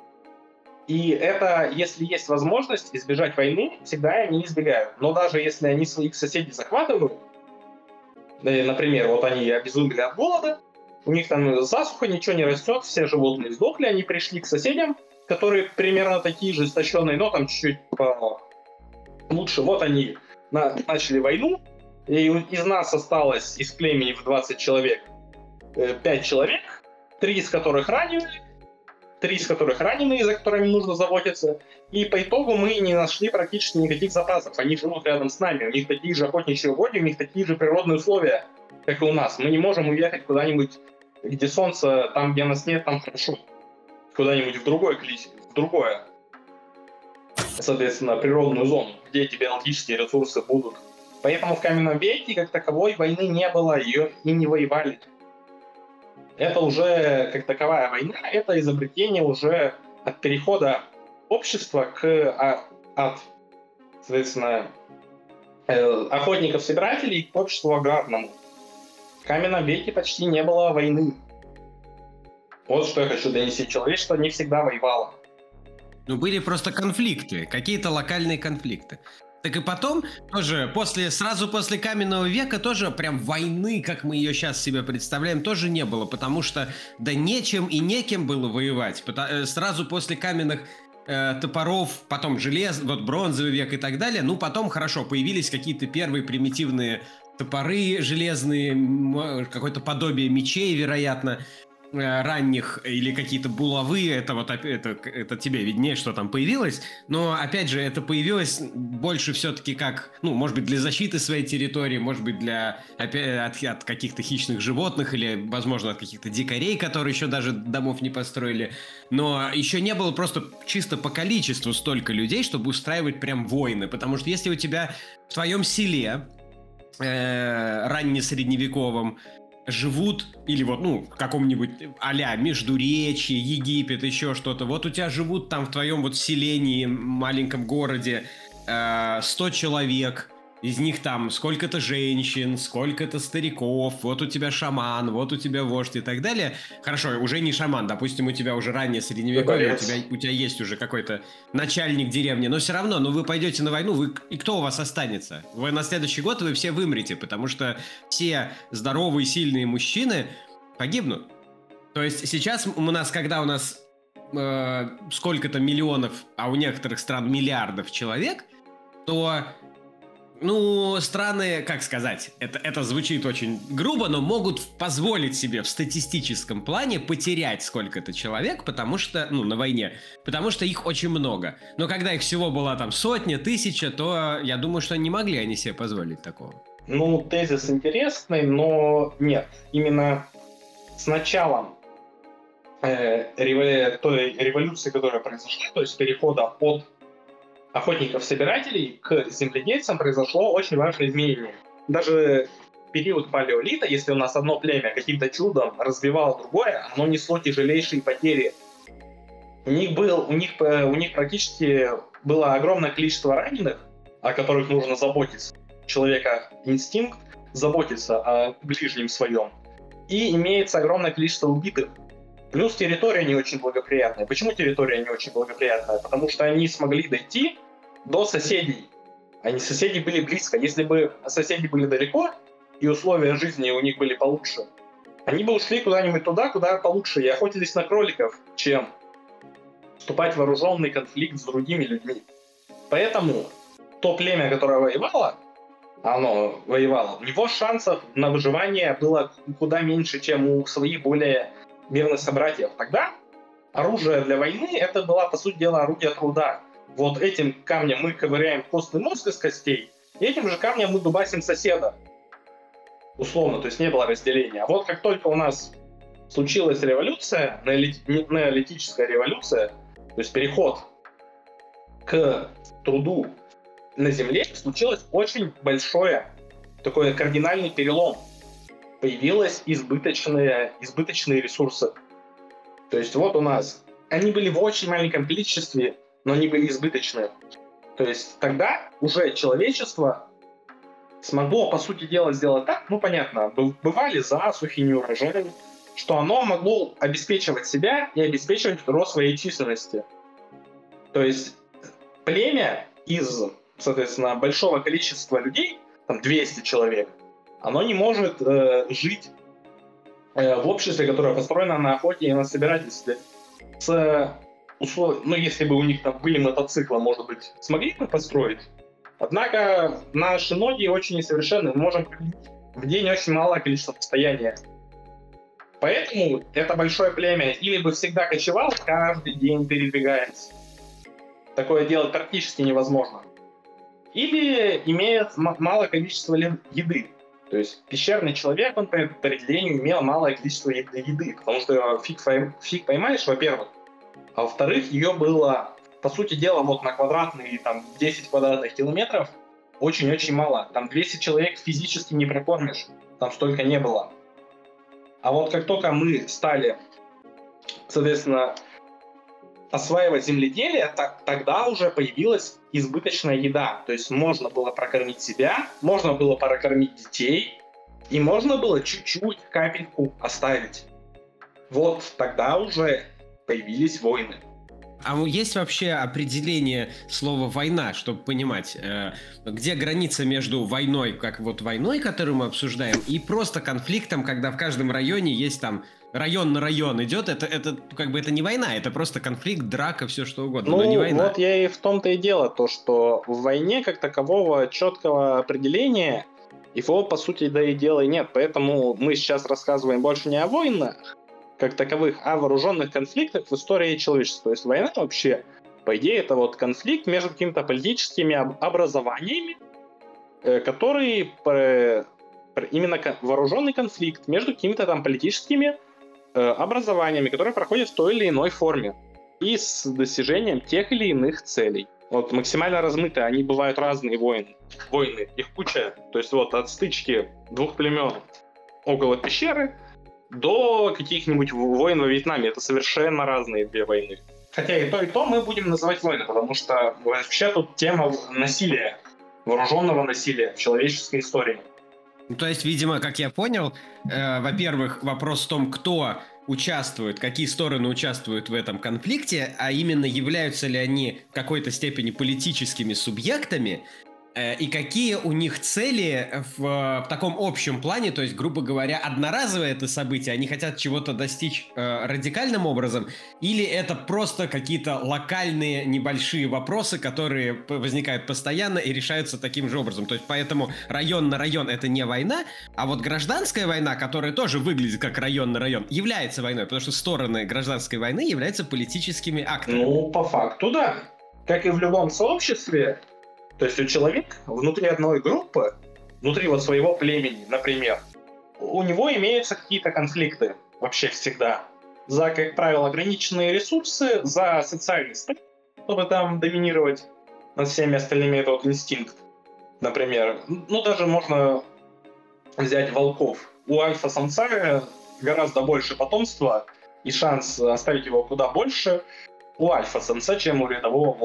И это, если есть возможность избежать войны, всегда они избегают. Но даже если они своих соседей захватывают, например, вот они обезумели от голода, у них там засуха, ничего не растет, все животные сдохли, они пришли к соседям, которые примерно такие же истощенные, но там чуть-чуть лучше. Вот они на- начали войну, и из нас осталось из племени в двадцать человек пять человек, три из которых ранены, три из которых раненые, за которыми нужно заботиться. И по итогу мы не нашли практически никаких запасов. Они живут рядом с нами, у них такие же охотничьи угодья, у них такие же природные условия, как и у нас. Мы не можем уехать куда-нибудь, где солнце, там, где нас нет, там хорошо. Куда-нибудь в другой клисе, в другое, соответственно, природную зону, где эти биологические ресурсы будут. Поэтому в каменном веке, как таковой, войны не было, ее и не воевали. Это уже, как таковая война, это изобретение уже от перехода общества к, а, от, соответственно, э, охотников-собирателей к обществу аграрному. В каменном веке почти не было войны. Вот что я хочу донести. Человечество не всегда воевало. Ну, были просто конфликты, какие-то локальные конфликты. Так и потом, тоже после, сразу после каменного века, тоже прям войны, как мы ее сейчас себе представляем, тоже не было, потому что да нечем и некем было воевать. Пото- Сразу после каменных э, топоров, потом желез, вот бронзовый век и так далее, ну потом, хорошо, появились какие-то первые примитивные топоры железные, м, какое-то подобие мечей, вероятно, ранних, или какие-то булавы, это вот это, это тебе виднее, что там появилось, но опять же это появилось больше все-таки как, ну, может быть, для защиты своей территории, может быть, для опять, от, от каких-то хищных животных или, возможно, от каких-то дикарей, которые еще даже домов не построили, но еще не было просто чисто по количеству столько людей, чтобы устраивать прям войны, потому что если у тебя в твоем селе э, раннесредневековом живут, или вот, ну, в каком-нибудь а-ля Междуречье, Египет, еще что-то. Вот у тебя живут там в твоем вот селении, маленьком городе э, сто человек. Из них там сколько-то женщин, сколько-то стариков. Вот у тебя шаман, вот у тебя вождь и так далее. Хорошо, уже не шаман. Допустим, у тебя уже раннее средневековье, у тебя, у тебя есть уже какой-то начальник деревни. Но все равно, ну, вы пойдете на войну, вы, и кто у вас останется? Вы на следующий год вы все вымрете, потому что все здоровые, сильные мужчины погибнут. То есть сейчас у нас, когда у нас э, сколько-то миллионов, а у некоторых стран миллиардов человек, то... Ну, страны, как сказать, это, это звучит очень грубо, но могут позволить себе в статистическом плане потерять сколько-то человек, потому что, ну, на войне, потому что их очень много. Но когда их всего была там сотня, тысяча, то я думаю, что не могли они себе позволить такого. Ну, тезис интересный, но нет. Именно с началом э, револю... той революции, которая произошла, то есть перехода от охотников-собирателей к земледельцам, произошло очень важное изменение. Даже в период палеолита, если у нас одно племя каким-то чудом разбивало другое, оно несло тяжелейшие потери. У них, был, у них, у них практически было огромное количество раненых, о которых нужно заботиться. человека инстинкт заботиться о ближнем своем. И имеется огромное количество убитых. Плюс территория не очень благоприятная. Почему территория не очень благоприятная? Потому что они смогли дойти до соседей. Они соседи были близко. Если бы соседи были далеко, и условия жизни у них были получше, они бы ушли куда-нибудь туда, куда получше, и охотились на кроликов, чем вступать в вооруженный конфликт с другими людьми. Поэтому то племя, которое воевало, оно воевало, у него шансов на выживание было куда меньше, чем у своих более мирных собратьев. Тогда оружие для войны — это было, по сути дела, орудие труда. Вот этим камнем мы ковыряем костный мозг из костей, и этим же камнем мы дубасим соседа. Условно, то есть не было разделения. А вот как только у нас случилась революция, неолитическая революция, то есть переход к труду на земле, случилось очень большое, такой кардинальный перелом. Появились избыточные, избыточные ресурсы. То есть вот у нас, они были в очень маленьком количестве, но они были избыточные. То есть тогда уже человечество смогло, по сути дела, сделать так, ну понятно, бывали засухи, неурожаи, что оно могло обеспечивать себя и обеспечивать рост своей численности. То есть племя из, соответственно, большого количества людей, там двести человек, оно не может э, жить э, в обществе, которое построено на охоте и на собирательстве. С услов... Ну, если бы у них там были мотоциклы, может быть, смогли бы построить. Однако наши ноги очень несовершенны, мы можем в день очень малое количество расстояния. Поэтому это большое племя или бы всегда кочевало, каждый день передвигаясь. Такое делать практически невозможно. Или имеет м- малое количество еды. То есть пещерный человек, он по определению имел малое количество еды, потому что фиг, фиг поймаешь, во-первых. А во-вторых, ее было, по сути дела, вот на квадратные там, десять квадратных километров очень-очень мало. Там двести человек физически не прокормишь. Там столько не было. А вот как только мы стали, соответственно, осваивать земледелие, так, тогда уже появилась избыточная еда. То есть можно было прокормить себя, можно было прокормить детей, и можно было чуть-чуть, капельку оставить. Вот тогда уже появились войны. А есть вообще определение слова «война», чтобы понимать, э, где граница между войной, как вот войной, которую мы обсуждаем, и просто конфликтом, когда в каждом районе есть там район на район идет, это, это как бы это не война, это просто конфликт, драка, все что угодно, ну, но не война. Вот я и в том-то и дело, то, что в войне как такового четкого определения его, по сути, да и дела и нет. Поэтому мы сейчас рассказываем больше не о войнах, как таковых, а вооруженных конфликтах в истории человечества. То есть война вообще, по идее, это вот конфликт между какими-то политическими образованиями, который именно вооруженный конфликт между какими-то там политическими образованиями, которые проходят в той или иной форме и с достижением тех или иных целей. Вот максимально размытые, они бывают разные войны. Войны, их куча. То есть вот от стычки двух племен около пещеры до каких-нибудь войн во Вьетнаме. Это совершенно разные две войны. Хотя и то, и то мы будем называть войны, потому что вообще тут тема насилия, вооруженного насилия в человеческой истории. Ну, то есть, видимо, как я понял, э, во-первых, вопрос в том, кто участвует, какие стороны участвуют в этом конфликте, а именно являются ли они в какой-то степени политическими субъектами, и какие у них цели в, в таком общем плане, то есть, грубо говоря, одноразовое это событие, они хотят чего-то достичь э, радикальным образом, или это просто какие-то локальные небольшие вопросы, которые возникают постоянно и решаются таким же образом. То есть, поэтому район на район это не война, а вот гражданская война, которая тоже выглядит как район на район, является войной, потому что стороны гражданской войны являются политическими актами. Ну, по факту, да. Как и в любом сообществе, то есть у человека внутри одной группы, внутри вот своего племени, например, у него имеются какие-то конфликты вообще всегда. За, как правило, ограниченные ресурсы, за социальный статус, чтобы там доминировать над всеми остальными, это вот инстинкт, например. Ну, даже можно взять волков. У альфа-самца гораздо больше потомства, и шанс оставить его куда больше у альфа-самца, чем у рядового волка.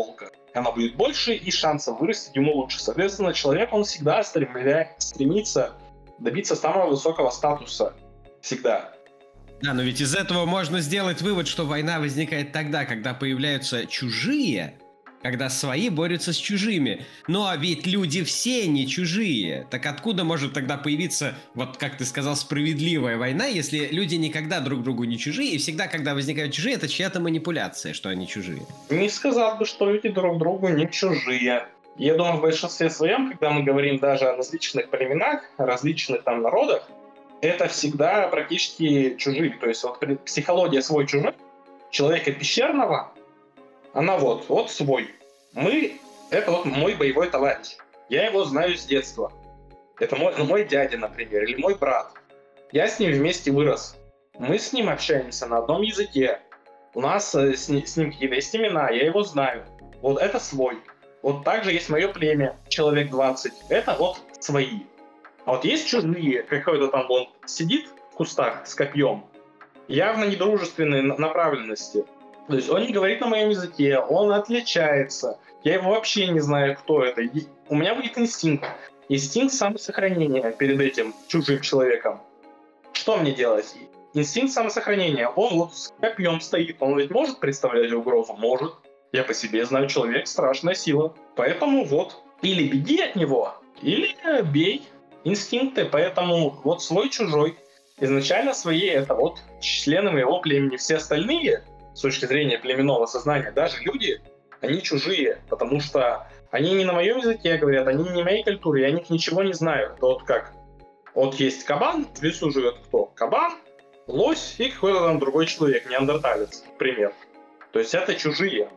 она будет больше, и шансов вырастить ему лучше. Соответственно, человек, он всегда стремля... стремится добиться самого высокого статуса. Всегда. Да, но ведь из этого можно сделать вывод, что война возникает тогда, когда появляются чужие, когда свои борются с чужими. Но ведь люди все не чужие. Так откуда может тогда появиться, вот как ты сказал, справедливая война, если люди никогда друг другу не чужие, и всегда, когда возникают чужие, это чья-то манипуляция, что они чужие? Не сказал бы, что люди друг другу не чужие. Я думаю, в большинстве своем, когда мы говорим даже о различных племенах, о различных там народах, это всегда практически чужие. То есть вот психология свой-чужой, человека пещерного, она вот, вот свой. Мы, это вот мой боевой товарищ. Я его знаю с детства. Это мой, ну, мой дядя, например, или мой брат. Я с ним вместе вырос. Мы с ним общаемся на одном языке. У нас э, с, с ним какие-то есть имена, я его знаю. Вот это свой. Вот также есть мое племя, человек двадцать. Это вот свои. А вот есть чужие, какой-то там он сидит в кустах с копьем, явно недружественной направленности. То есть он не говорит на моем языке, он отличается. Я его вообще не знаю, кто это. И у меня будет инстинкт. Инстинкт самосохранения перед этим чужим человеком. Что мне делать? Инстинкт самосохранения. Он вот с копьем стоит. Он ведь может представлять угрозу? Может. Я по себе знаю, человек — страшная сила. Поэтому вот. Или беги от него, или бей. Инстинкты. Поэтому вот свой-чужой. Изначально свои — это вот члены моего племени. Все остальные, с точки зрения племенного сознания, даже люди, они чужие, потому что они не на моем языке говорят, они не моей культуре, я о них ничего не знаю. Это вот как? Вот есть кабан, в лесу живет кто? Кабан, лось и какой-то там другой человек, неандерталец, например. То есть это чужие.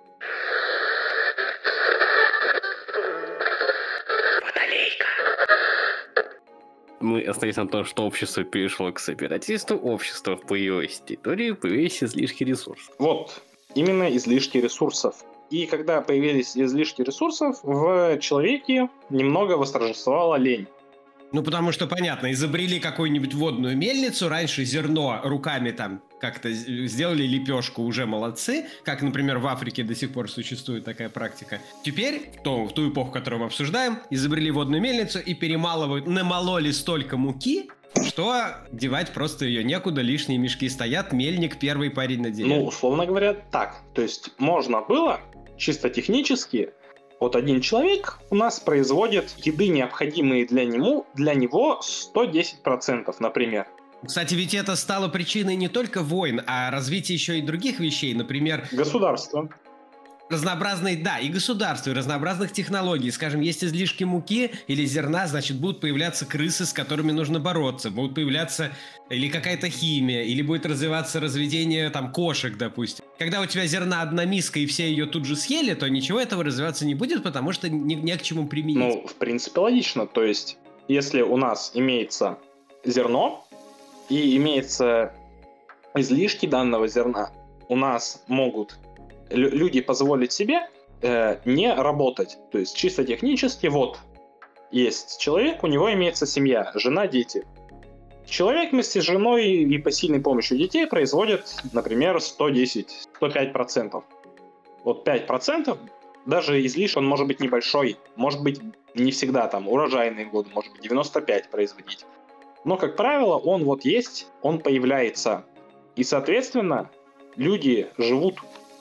Мы остались на том, что общество перешло к сепаратисту, общество появилось в территории, появились излишки ресурсов. Вот, именно излишки ресурсов. И когда появились излишки ресурсов, в человеке немного восторжествовала лень. Ну, потому что, понятно, изобрели какую-нибудь водную мельницу, раньше зерно руками там как-то сделали лепешку, уже молодцы, как, например, в Африке до сих пор существует такая практика. Теперь, в ту, в ту эпоху, которую мы обсуждаем, изобрели водную мельницу и перемалывают, намололи столько муки, что девать просто ее некуда, лишние мешки стоят, мельник первый парень на деревне. Ну, условно говоря, так. То есть можно было, чисто технически, вот один человек у нас производит еды, необходимые для него, для него сто десять процентов, например. Кстати, ведь это стало причиной не только войн, а развития еще и других вещей, например... Государство. Разнообразные, да, и государства, и разнообразных технологий. Скажем, есть излишки муки или зерна, значит, будут появляться крысы, с которыми нужно бороться. Будут появляться или какая-то химия, или будет развиваться разведение там кошек, допустим. Когда у тебя зерна одна миска, и все ее тут же съели, то ничего этого развиваться не будет, потому что не, не к чему применить. Ну, в принципе, логично. То есть, если у нас имеется зерно, и имеется излишки данного зерна, у нас могут люди позволить себе э, не работать. То есть чисто технически, вот, есть человек, у него имеется семья, жена, дети. Человек вместе с женой и посильной помощью детей производит, например, сто десять - сто пять процентов. Вот пять процентов, даже излишек, он может быть небольшой, может быть не всегда там урожайные годы, может быть девяносто пять производить. Но, как правило, он вот есть, он появляется. И, соответственно, люди живут.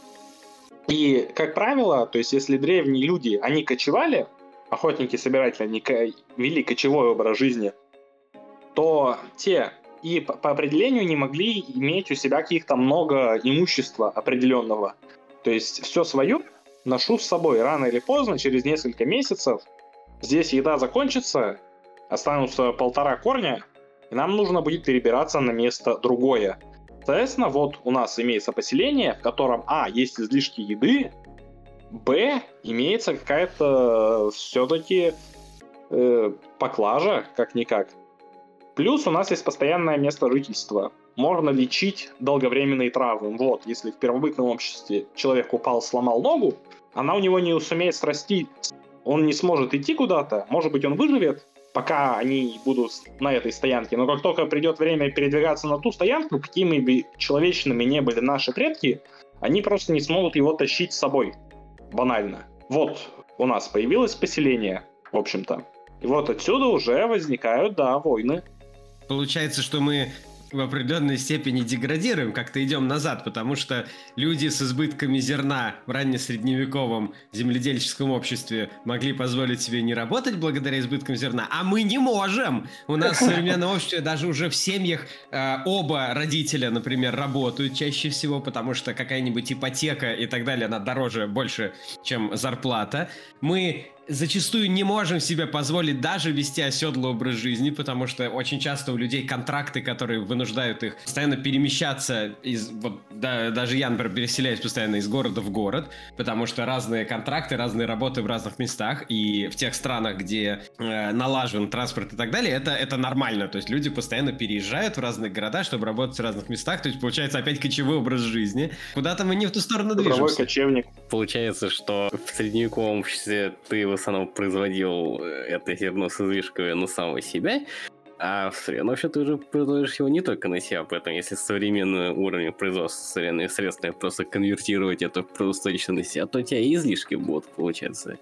И, как правило, то есть если древние люди, они кочевали, охотники-собиратели, они вели кочевой образ жизни, то те и по определению не могли иметь у себя каких-то много имущества определенного. То есть все свое ношу с собой. Рано или поздно, через несколько месяцев, здесь еда закончится, останутся полтора корня, и нам нужно будет перебираться на место другое. Соответственно, вот у нас имеется поселение, в котором, а, есть излишки еды, б, имеется какая-то все-таки э, поклажа, как-никак. Плюс у нас есть постоянное место жительства. Можно лечить долговременные травмы. Вот, если в первобытном обществе человек упал, сломал ногу, она у него не сумеет срасти, он не сможет идти куда-то, может быть, он выживет, пока они будут на этой стоянке. Но как только придет время передвигаться на ту стоянку, какими бы человечными не были наши предки, они просто не смогут его тащить с собой. банально. Вот у нас появилось поселение, в общем-то. И вот отсюда уже возникают, да, войны. Получается, что мы в определенной степени деградируем, как-то идем назад, потому что люди с избытками зерна в раннесредневековом земледельческом обществе могли позволить себе не работать благодаря избыткам зерна, а мы не можем! У нас в современном обществе даже уже в семьях э, оба родителя, например, работают чаще всего, потому что какая-нибудь ипотека и так далее, она дороже больше, чем зарплата. Мы зачастую не можем себе позволить даже вести оседлый образ жизни, потому что очень часто у людей контракты, которые вынуждают их постоянно перемещаться из, вот, да, даже я, например, переселяюсь постоянно из города в город, потому что разные контракты, разные работы в разных местах, и в тех странах, где э, налажен транспорт и так далее, это, это нормально, то есть люди постоянно переезжают в разные города, чтобы работать в разных местах, то есть получается опять кочевой образ жизни, куда-то мы не в ту сторону движемся. Цифровой кочевник. Получается, что в средневековом обществе ты в основном производил это зерно с излишками на самого себя, а в современном обществе ты уже производишь его не только на себя, поэтому если современный уровень производства современные средства просто конвертировать это в производство на себя, то у тебя и излишки будут, получается.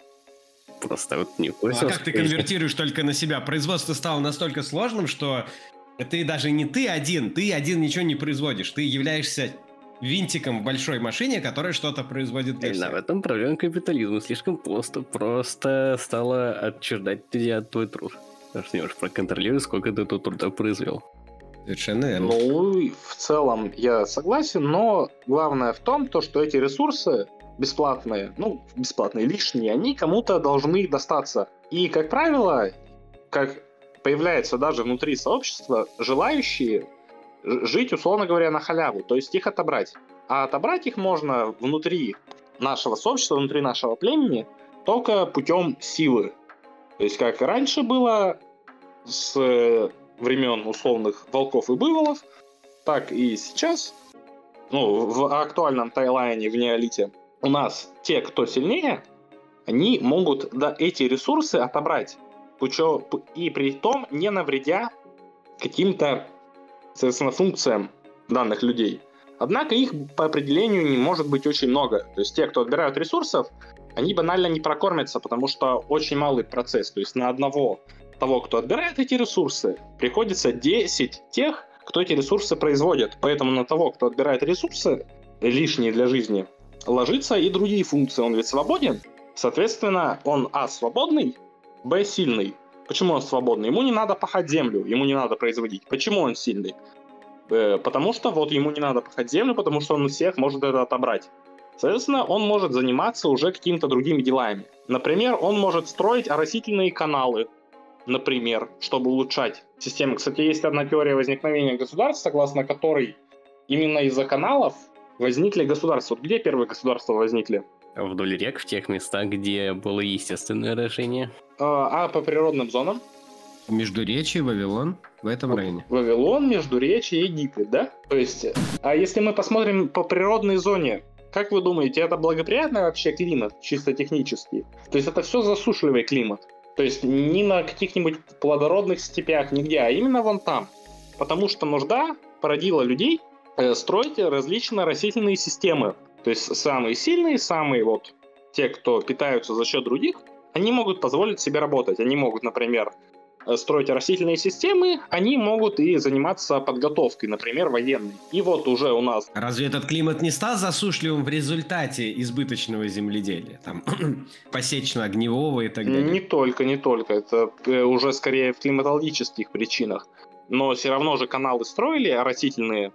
Просто вот не ну, а как ты конвертируешь только на себя? Производство стало настолько сложным, что ты даже не ты один, ты один ничего не производишь, ты являешься винтиком в большой машине, которая что-то производит для всех. Да, в этом проблема капитализма. Слишком просто. Просто стало отчуждать тебя от твой труд. Потому что ты не можешь проконтролировать, сколько ты тут труда произвел. Совершенно верно. Ну, в целом я согласен, но главное в том, то, что эти ресурсы бесплатные, ну, бесплатные, лишние, они кому-то должны достаться. И, как правило, как появляется даже внутри сообщества, желающие жить, условно говоря, на халяву, то есть их отобрать. А отобрать их можно внутри нашего сообщества, внутри нашего племени, только путем силы. То есть как раньше было с времен условных волков и буйволов, так и сейчас, ну, в актуальном тайлайне, в неолите, у нас те, кто сильнее, они могут, да, эти ресурсы отобрать, и при том не навредя каким-то, соответственно, функциям данных людей. Однако их по определению не может быть очень много. То есть те, кто отбирают ресурсов, они банально не прокормятся, потому что очень малый процесс. То есть на одного того, кто отбирает эти ресурсы, приходится десять тех, кто эти ресурсы производит. Поэтому на того, кто отбирает ресурсы, лишние для жизни, ложится и другие функции. Он ведь свободен. Соответственно, он а. свободный, б. сильный. Почему он свободный? Ему не надо пахать землю, ему не надо производить. Почему он сильный? Э, потому что вот ему не надо пахать землю, потому что он у всех может это отобрать. Соответственно, он может заниматься уже какими-то другими делами. Например, он может строить оросительные каналы, например, чтобы улучшать систему. Кстати, есть одна теория возникновения государств, согласно которой именно из-за каналов возникли государства. Вот где первые государства возникли? Вдоль рек, в тех местах, где было естественное орошение. А, а по природным зонам? Междуречье, Вавилон, в этом районе. Вавилон, Междуречье, Египет, да? То есть, а если мы посмотрим по природной зоне, как вы думаете, это благоприятный вообще климат, чисто технически? То есть это все засушливый климат. То есть не на каких-нибудь плодородных степях, нигде, а именно вон там. Потому что нужда породила людей э, строить различные растительные системы. То есть самые сильные, самые вот те, кто питаются за счет других, они могут позволить себе работать. Они могут, например, строить растительные системы, они могут и заниматься подготовкой, например, военной. И вот уже у нас... Разве этот климат не стал засушливым в результате избыточного земледелия? Там, посечно-огневого и так далее? Не только, не только. Это уже скорее в климатологических причинах. Но все равно же каналы строили растительные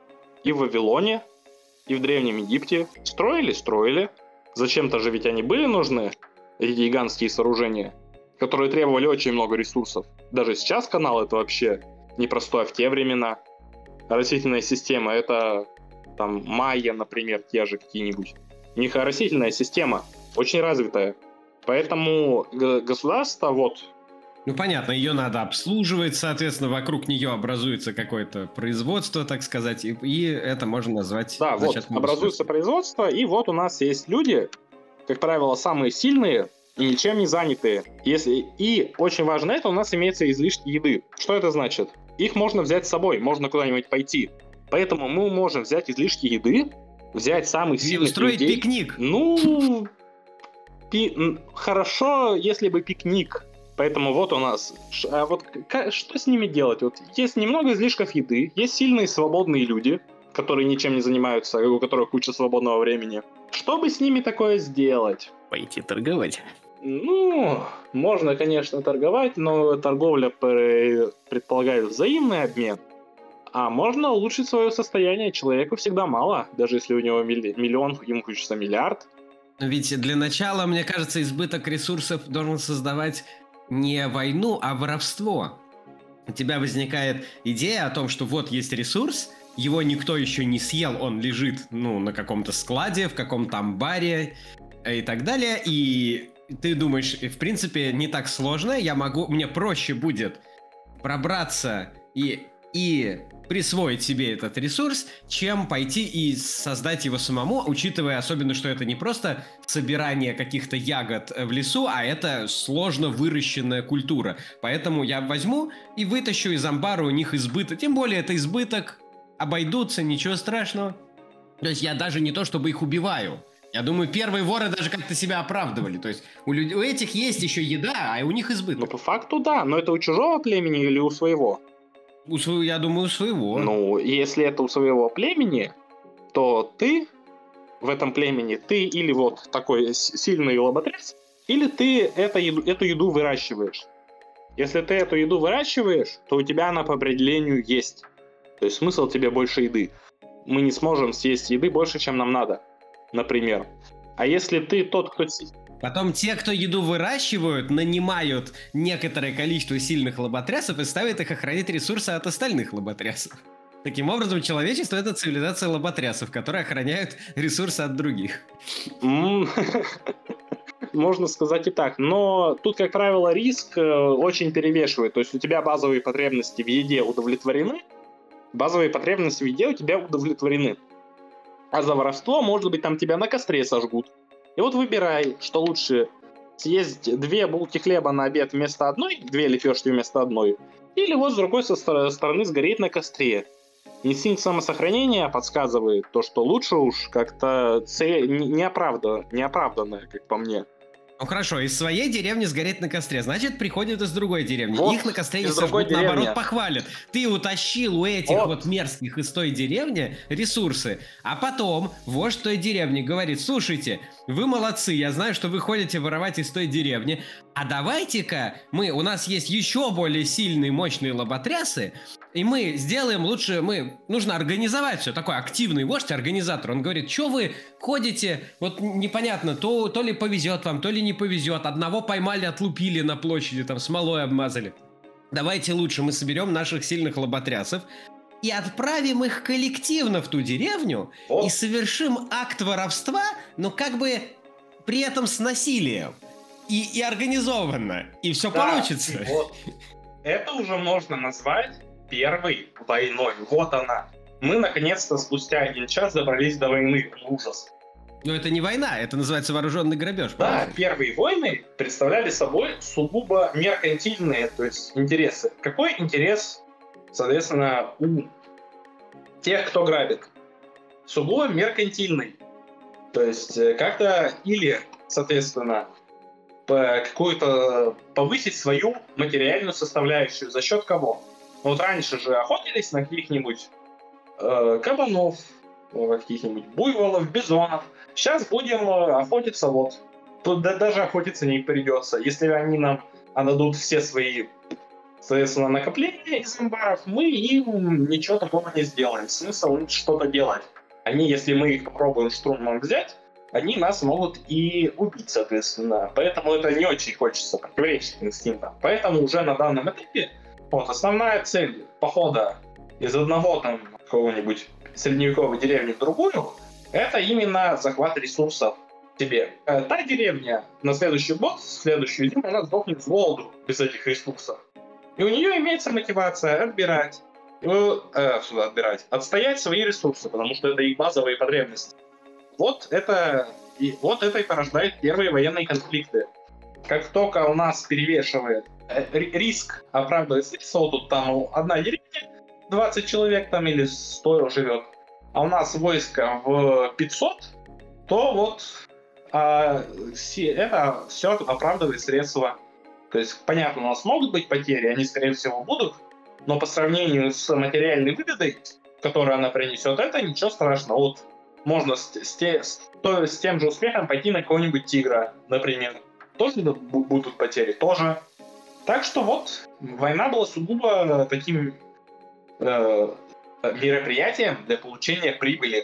и в Вавилоне, и в Древнем Египте. Строили, строили. Зачем-то же ведь они были нужны, эти гигантские сооружения, которые требовали очень много ресурсов. Даже сейчас канал это вообще непростой, а в те времена. Растительная система это там майя, например, те же какие-нибудь. У них растительная система очень развитая. Поэтому г- государство вот... Ну понятно, ее надо обслуживать, соответственно, вокруг нее образуется какое-то производство, так сказать, и, и это можно назвать... Да, вот, образуется производство, и вот у нас есть люди, как правило, самые сильные, и ничем не занятые. Если... И очень важно это, у нас имеется излишки еды. Что это значит? Их можно взять с собой, можно куда-нибудь пойти. Поэтому мы можем взять излишки еды взять самых И сильных устроить людей... пикник. Ну, пи... хорошо, если бы пикник. Поэтому вот у нас... А вот к... что с ними делать? Вот есть немного излишков еды, есть сильные свободные люди, которые ничем не занимаются, у которых куча свободного времени. Что бы с ними такое сделать? Пойти торговать. Ну, можно, конечно, торговать, но торговля предполагает взаимный обмен. А можно улучшить свое состояние. Человеку всегда мало, даже если у него миллион, ему хочется миллиард. Но ведь для начала, мне кажется, избыток ресурсов должен создавать не войну, а воровство. У тебя возникает идея о том, что вот есть ресурс, его никто еще не съел, он лежит, ну, на каком-то складе, в каком-то амбаре и так далее, и ты думаешь, в принципе, не так сложно, я могу, мне проще будет пробраться и, и присвоить себе этот ресурс, чем пойти и создать его самому, учитывая особенно, что это не просто собирание каких-то ягод в лесу, а это сложно выращенная культура. Поэтому я возьму и вытащу из амбара у них избыток. Тем более это избыток, обойдутся, ничего страшного. То есть я даже не то, чтобы их убиваю. Я думаю, первые воры даже как-то себя оправдывали. То есть у, людей, у этих есть еще еда, а у них избыток. Ну, по факту, да. Но это у чужого племени или у своего? У своего, я думаю, у своего. Ну, если это у своего племени, то ты в этом племени, ты или вот такой сильный лоботряс, или ты это еду, эту еду выращиваешь. Если ты эту еду выращиваешь, то у тебя она по определению есть. То есть смысл тебе больше еды. Мы не сможем съесть еды больше, чем нам надо, например. А если ты тот, кто... Потом те, кто еду выращивают, нанимают некоторое количество сильных лоботрясов и ставят их охранять ресурсы от остальных лоботрясов. Таким образом, человечество — это цивилизация лоботрясов, которые охраняют ресурсы от других. Можно сказать и так. Но тут, как правило, риск очень перевешивает. То есть у тебя базовые потребности в еде удовлетворены, базовые потребности в еде у тебя удовлетворены. А за воровство, может быть, там тебя на костре сожгут. И вот выбирай, что лучше: съесть две булки хлеба на обед вместо одной, две лепешки вместо одной, или вот с другой со стороны сгореть на костре. Инстинкт самосохранения подсказывает то, что лучше уж как-то цель неоправданно, неоправданное, как по мне. Ну хорошо, из своей деревни сгореть на костре, значит, приходят из другой деревни. Вот, их на костре не сожгут, наоборот, похвалят. Ты утащил у этих вот. вот мерзких из той деревни ресурсы, а потом вождь той деревни говорит: слушайте, вы молодцы, я знаю, что вы ходите воровать из той деревни, а давайте-ка мы, у нас есть еще более сильные, мощные лоботрясы, и мы сделаем лучше, мы, нужно организовать все, такой активный вождь, организатор, он говорит: что вы ходите, вот непонятно, то, то ли повезет вам, то ли не повезет, одного поймали, отлупили на площади, там смолой обмазали. Давайте лучше мы соберем наших сильных лоботрясов и отправим их коллективно в ту деревню вот. И совершим акт воровства, но как бы при этом с насилием и, и организованно, и все да, получится. Вот. Это уже можно назвать первой войной. Вот она. Мы наконец-то спустя один час добрались до войны. Ужас. Но это не война, это называется вооруженный грабеж. Да, правильно? Первые войны представляли собой сугубо меркантильные, то есть интересы. Какой интерес, соответственно, у тех, кто грабит? Сугубо меркантильный. То есть как-то или, соответственно, какую-то повысить свою материальную составляющую. За счет кого? Вот раньше же охотились на каких-нибудь э, кабанов, каких-нибудь буйволов, бизонов. Сейчас будем охотиться вот. Тут даже охотиться не придется. Если они нам отдадут все свои, соответственно, накопления из амбаров, мы им ничего такого не сделаем. Смысл что-то делать. Они, если мы их попробуем штурмом взять, они нас могут и убить, соответственно. Поэтому это не очень хочется, противоречить инстинктам. Поэтому уже на данном этапе вот, основная цель похода из одного там какого-нибудь средневековой деревни в другую — это именно захват ресурсов себе. Та деревня на следующий год, в следующую зиму, она сдохнет с голоду без этих ресурсов. И у нее имеется мотивация отбирать, э, сюда отбирать, отстоять свои ресурсы, потому что это их базовые потребности. Вот это, и, вот это и порождает первые военные конфликты. Как только у нас перевешивает э, риск оправдывает смысл, тут там одна деревня, двадцать человек там или сто живет, а у нас войско в пятьсот, то вот а, это все оправдывает средства. То есть, понятно, у нас могут быть потери, они, скорее всего, будут, но по сравнению с материальной выгодой, которую она принесет, это ничего страшного. Вот можно с, с, те, с, то, с тем же успехом пойти на какого-нибудь тигра, например. Тоже будут потери? Тоже. Так что вот, война была сугубо таким э, мероприятием для получения прибыли.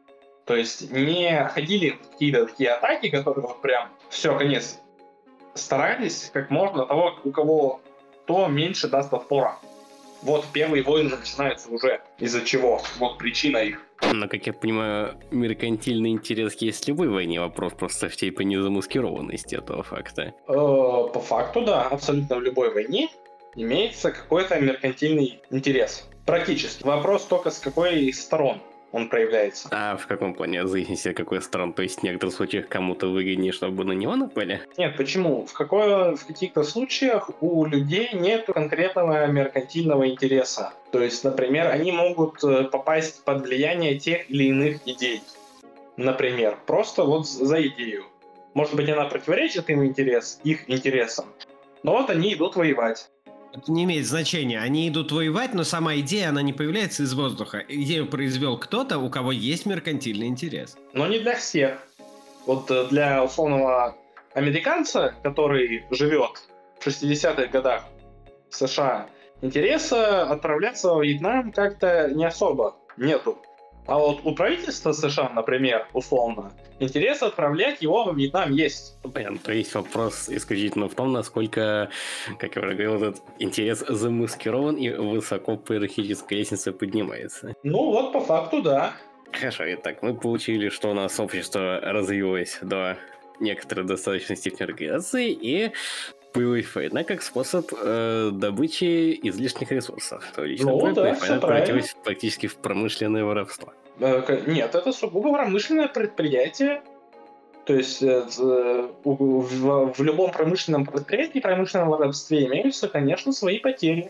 То есть не ходили какие-то такие атаки, которые вот прям все, конец. Старались как можно того, у кого то меньше даст отпора. Вот первые войны начинаются уже. Из-за чего? Вот причина их. Но, как я понимаю, меркантильный интерес есть в любой войне. Вопрос просто в степени замаскированности этого факта. Э, по факту, да. Абсолютно в любой войне имеется какой-то меркантильный интерес. Практически. Вопрос только с какой из сторон он проявляется. А в каком плане? В зависимости от какой стороны? То есть в некоторых случаях кому-то выгоднее, чтобы на него напали? Нет, почему? В, какой, в каких-то случаях у людей нет конкретного меркантильного интереса. То есть, например, они могут попасть под влияние тех или иных идей. Например, просто вот за идею. Может быть, она противоречит им интерес, их интересам, но вот они идут воевать. Это не имеет значения. Они идут воевать, но сама идея, она не появляется из воздуха. Идею произвел кто-то, у кого есть меркантильный интерес. Но не для всех. Вот для условного американца, который живет в шестидесятых годах в США, интереса отправляться во Вьетнам как-то не особо нету. А вот у правительства США, например, условно, интерес отправлять его во Вьетнам есть. Понятно, то есть вопрос исключительно в том, насколько, как я уже говорил, этот интерес замаскирован и высоко по иерархической лестнице поднимается. Ну вот по факту да. Хорошо, итак, мы получили, что у нас общество развилось до некоторой достаточной степени организации и появилась война как способ э, добычи излишних ресурсов. То лично ну, да, война превратилась практически в промышленное воровство. Э, нет, это сугубо промышленное предприятие. То есть э, в, в, в любом промышленном предприятии, промышленном воровстве имеются, конечно, свои потери.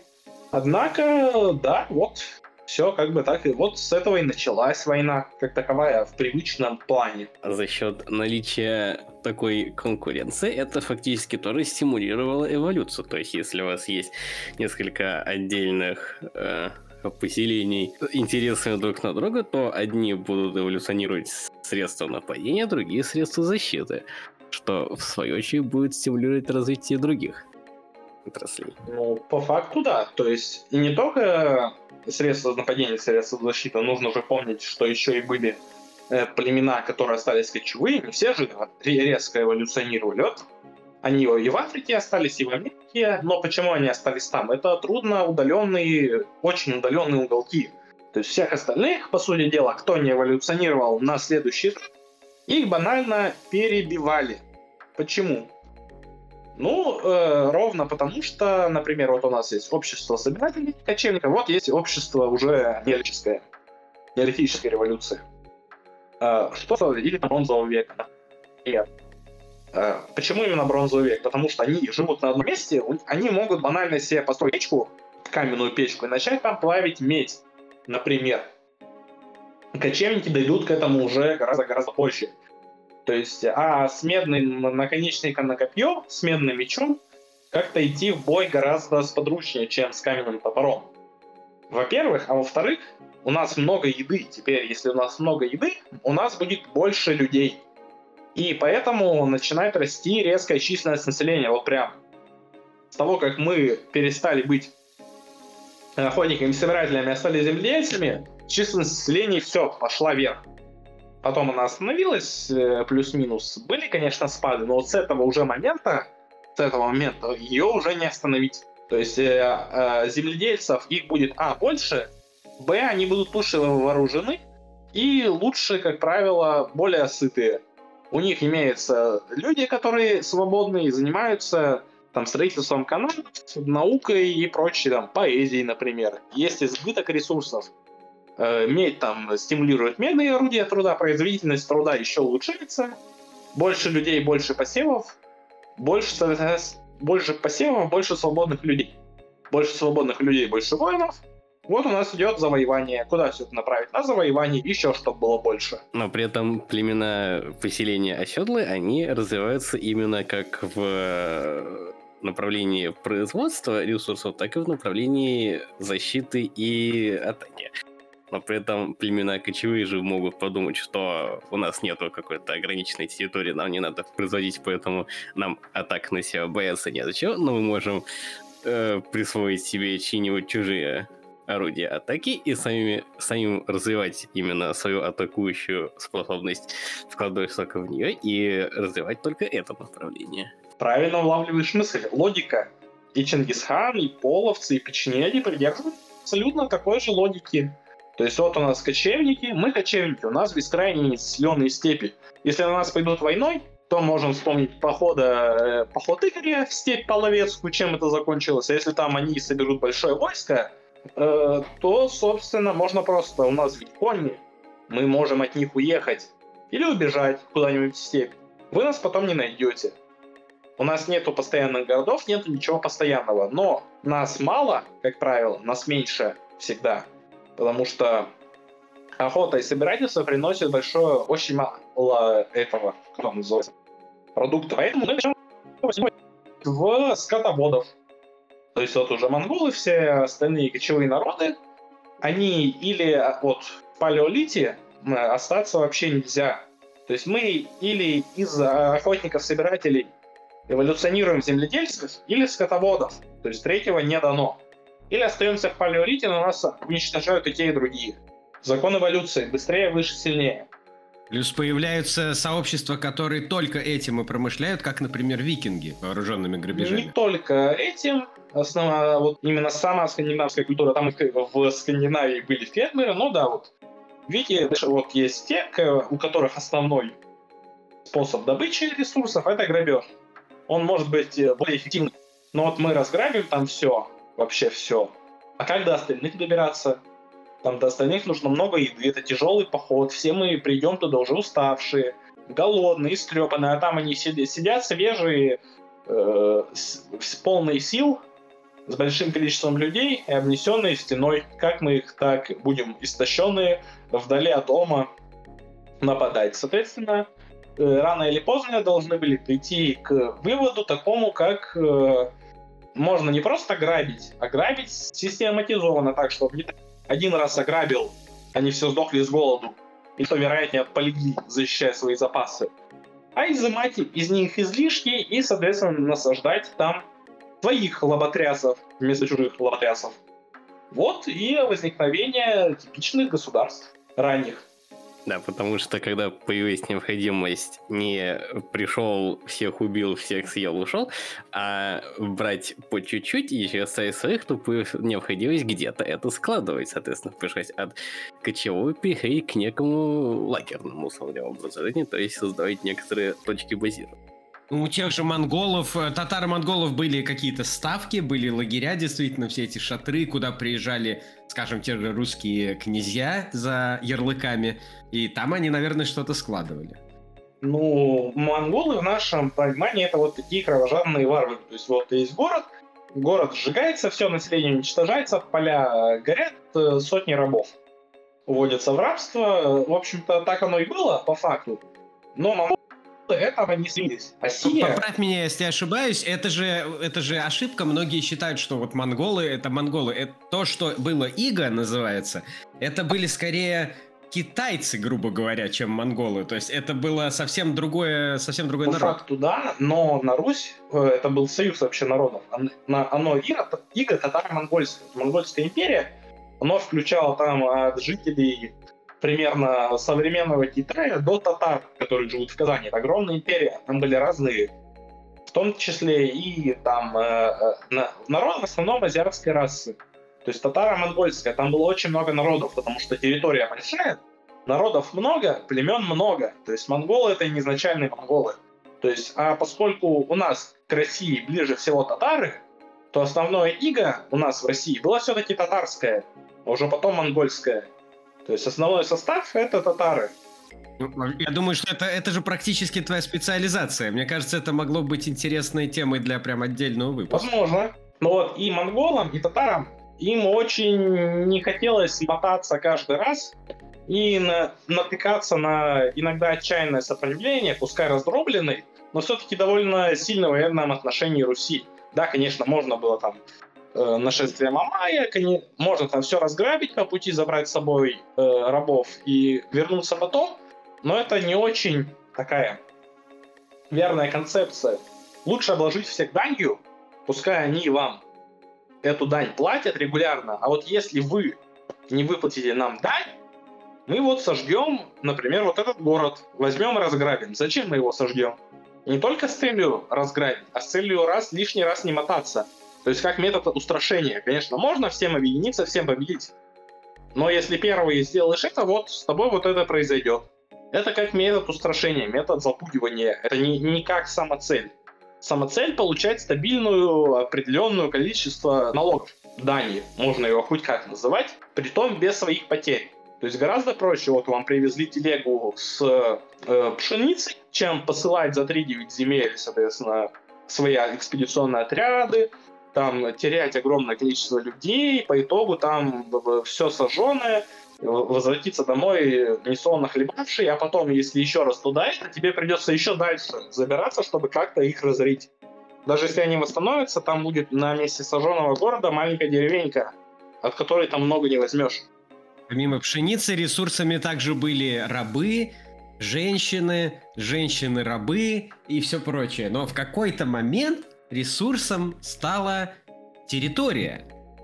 Однако, да, вот все как бы так. И вот с этого и началась война, как таковая, в привычном плане. За счет наличия такой конкуренции это фактически тоже стимулировало эволюцию. То есть, если у вас есть несколько отдельных э, поселений интересами друг на друга, то одни будут эволюционировать средства нападения, другие средства защиты, что в свою очередь будет стимулировать развитие других отраслей. Ну, по факту, да. То есть, и не только средства нападения, средства защиты, нужно же помнить, что еще и были э, племена, которые остались кочевые, не все же резко эволюционировали. Вот они и в Африке остались, и в Америке, но почему они остались там? Это трудно удаленные, очень удаленные уголки. То есть всех остальных, по сути дела, кто не эволюционировал на следующий этап, их банально перебивали. Почему? Ну, э, ровно потому что, например, вот у нас есть общество собирателей, кочевников, вот есть общество уже неолитическое, неолитическая революция. Э, что или бронзового века. Нет. Э, почему именно бронзовый век? Потому что они живут на одном месте, они могут банально себе построить печку, каменную печку, и начать там плавить медь, например. Кочевники дойдут к этому уже гораздо-гораздо позже. То есть, а с медным наконечником на копье, с медным мечом, как-то идти в бой гораздо сподручнее, чем с каменным топором. Во-первых, а во-вторых, у нас много еды. Теперь, если у нас много еды, у нас будет больше людей. И поэтому начинает расти резкая численность населения. Вот прям с того, как мы перестали быть охотниками, собирателями, а стали земледельцами, численность населения все, пошла вверх. Потом она остановилась, плюс-минус. Были, конечно, спады, но вот с этого уже момента, с этого момента ее уже не остановить. То есть э, э, земледельцев их будет, а, больше, б, они будут лучше вооружены и лучше, как правило, более сытые. У них имеются люди, которые свободны и занимаются там, строительством каналов, наукой и прочей, там, поэзией, например. Есть избыток ресурсов. Медь там стимулирует медные орудия труда, производительность труда еще улучшается, больше людей, больше посевов, больше, больше посевов, больше свободных людей. Больше свободных людей, больше воинов, Вот у нас идет завоевание. Куда все это направить? На завоевание, еще чтобы было больше. Но при этом племена поселения оседлы, они развиваются именно как в направлении производства ресурсов, так и в направлении защиты и атаки. Но при этом племена кочевые же могут подумать, что у нас нету какой-то ограниченной территории, нам не надо производить, поэтому нам атак на себя бояться незачем, но мы можем э, присвоить себе чьи-нибудь чужие орудия атаки и самими, самим развивать именно свою атакующую способность, вкладывать только в нее и развивать только это направление. Правильно улавливаешь мысль. Логика. И Чингисхан, и половцы, и печенеги придерживаются абсолютно такой же логики. То есть вот у нас кочевники, мы кочевники, у нас бескрайние зеленые степи. Если на нас пойдут войной, то можем вспомнить похода, э, поход Игоря в степь Половецкую, чем это закончилось. А если там они соберут большое войско, э, то, собственно, можно просто, у нас ведь кони, мы можем от них уехать или убежать куда-нибудь в степь. Вы нас потом не найдете. У нас нету постоянных городов, нету ничего постоянного. Но нас мало, как правило, нас меньше всегда. Потому что охота и собирательство приносят большое, очень мало этого, как он называется, продукта. Поэтому мы начнем в скотоводов. То есть вот уже монголы, все остальные кочевые народы, они или вот в палеолите остаться вообще нельзя. То есть мы или из охотников-собирателей эволюционируем земледельцев, или скотоводов. То есть третьего не дано. Или остаемся в палеолите, но нас уничтожают и те, и другие. Закон эволюции. Быстрее, выше, сильнее. Плюс появляются сообщества, которые только этим и промышляют, как, например, викинги, вооруженными грабежами. Не только этим. Основа, вот именно сама скандинавская культура. Там в Скандинавии были фермеры, но да, вот. Видите, вот есть те, у которых основной способ добычи ресурсов — это грабеж. Он может быть более эффективным. Но вот мы разграбим там все, вообще все. А как до остальных добираться? Там до остальных нужно много еды, это тяжелый поход. Все мы придем туда уже уставшие, голодные, истрепанные, а там они сидят, сидят свежие, э, с, с полной сил, с большим количеством людей и обнесенные стеной. Как мы их так будем истощенные, вдали от дома, нападать? Соответственно, э, рано или поздно должны были прийти к выводу такому, как э, можно не просто грабить, а грабить систематизованно так, чтобы не один раз ограбил, они все сдохли с голоду, и то, вероятнее, полегли, защищая свои запасы, а изымать из них излишки и, соответственно, насаждать там своих лоботрясов вместо чужих лоботрясов. Вот и возникновение типичных государств ранних. Да, потому что когда появилась необходимость не пришел, всех убил, всех съел, ушел, а брать по чуть-чуть и еще оставить своих, то появилась необходимость где-то это складывать. Соответственно, пришлось от кочевого переходить к некому лагерному самообразованию, то есть создавать некоторые точки базирования. У тех же монголов, татаро-монголов были какие-то ставки, были лагеря, действительно, все эти шатры, куда приезжали, скажем, те же русские князья за ярлыками, и там они, наверное, что-то складывали. Ну, монголы в нашем понимании это вот такие кровожадные варвары. То есть вот есть город, город сжигается, все население уничтожается, поля горят, сотни рабов уводятся в рабство. В общем-то, так оно и было, по факту. Но монголы этого не снились. Россия... Поправь меня, если ошибаюсь, это же, это же ошибка. Многие считают, что вот монголы — это монголы. Это то, что было иго, называется, это были скорее китайцы, грубо говоря, чем монголы. То есть это было совсем другое, совсем другой По народ. факту, да, но на Русь это был союз вообще народов. Оно иго, иго татаро-монгольское. Монгольская империя, оно включало там от жителей примерно современного Китая до татар, которые живут в Казани. Это огромная империя, там были разные, в том числе и там э, э, народ в основном азиатской расы. То есть татаро-монгольская, там было очень много народов, потому что территория большая, народов много, племен много. То есть монголы — это не изначальные монголы. То есть, а поскольку у нас к России ближе всего татары, то основное иго у нас в России было все-таки татарское, а уже потом монгольское. То есть основной состав — это татары. Я думаю, что это, это же практически твоя специализация. Мне кажется, это могло быть интересной темой для прям отдельного выпуска. Возможно. Но вот и монголам, и татарам им очень не хотелось мотаться каждый раз и на, натыкаться на иногда отчаянное сопротивление, пускай раздробленный, но все-таки довольно сильно военном отношении Руси. Да, конечно, можно было там э, нашествие Мамая, коне... можно там все разграбить по пути, забрать с собой э, рабов и вернуться потом, но это не очень такая верная концепция. Лучше обложить всех данью, пускай они вам эту дань платят регулярно, а вот если вы не выплатите нам дань, мы вот сожгем, например, вот этот город, возьмем и разграбим. Зачем мы его сожгем? Не только с целью разграбить, а с целью раз лишний раз не мотаться. То есть как метод устрашения. Конечно, можно всем объединиться, всем победить. Но если первый сделаешь это, вот с тобой вот это произойдет. Это как метод устрашения, метод запугивания. Это не, не как самоцель. Самоцель получать стабильную определенную количество налогов. Дани, можно его хоть как называть, притом без своих потерь. То есть гораздо проще, вот вам привезли телегу с э, пшеницей, чем посылать за три девять земель, соответственно, свои экспедиционные отряды, там терять огромное количество людей, по итогу там все сожженное, возвратиться домой несолоно хлебавший, а потом, если еще раз туда это, тебе придется еще дальше забираться, чтобы как-то их разорить. Даже если они восстановятся, там будет на месте сожженного города маленькая деревенька, от которой там много не возьмешь. Помимо пшеницы ресурсами также были рабы, женщины, женщины-рабы и все прочее. Но в какой-то момент ресурсом стала территория.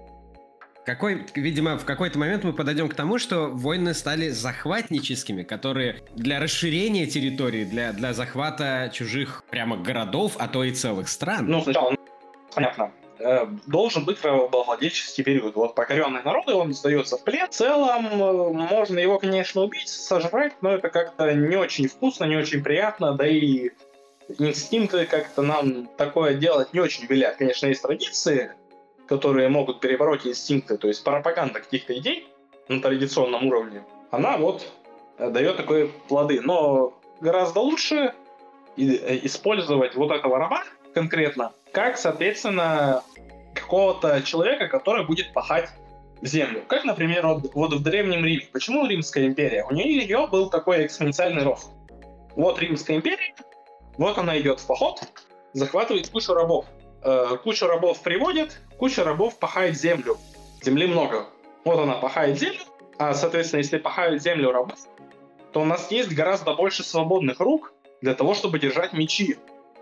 Какой, видимо, в какой-то момент мы подойдем к тому, что войны стали захватническими, которые для расширения территории, для, для захвата чужих прямо городов, а то и целых стран. Ну, сначала, понятно. Должен быть рабовладельческий период. Вот покоренный народ, он сдается в плен. В целом, можно его, конечно, убить, сожрать, но это как-то не очень вкусно, не очень приятно, да и инстинкты как-то нам такое делать не очень велят. Конечно, есть традиции, которые могут перебороть инстинкты, то есть пропаганда каких-то идей на традиционном уровне, она вот дает такие плоды. Но гораздо лучше использовать вот этого раба конкретно, как, соответственно, какого-то человека, который будет пахать землю. Как, например, вот, вот в Древнем Риме. Почему Римская империя? У нее был такой экспоненциальный рост. Вот Римская империя, вот она идет в поход, захватывает кучу рабов. Э, кучу рабов приводит, куча рабов пахает землю. Земли много. Вот она пахает землю, а, соответственно, если пахают землю рабов, то у нас есть гораздо больше свободных рук для того, чтобы держать мечи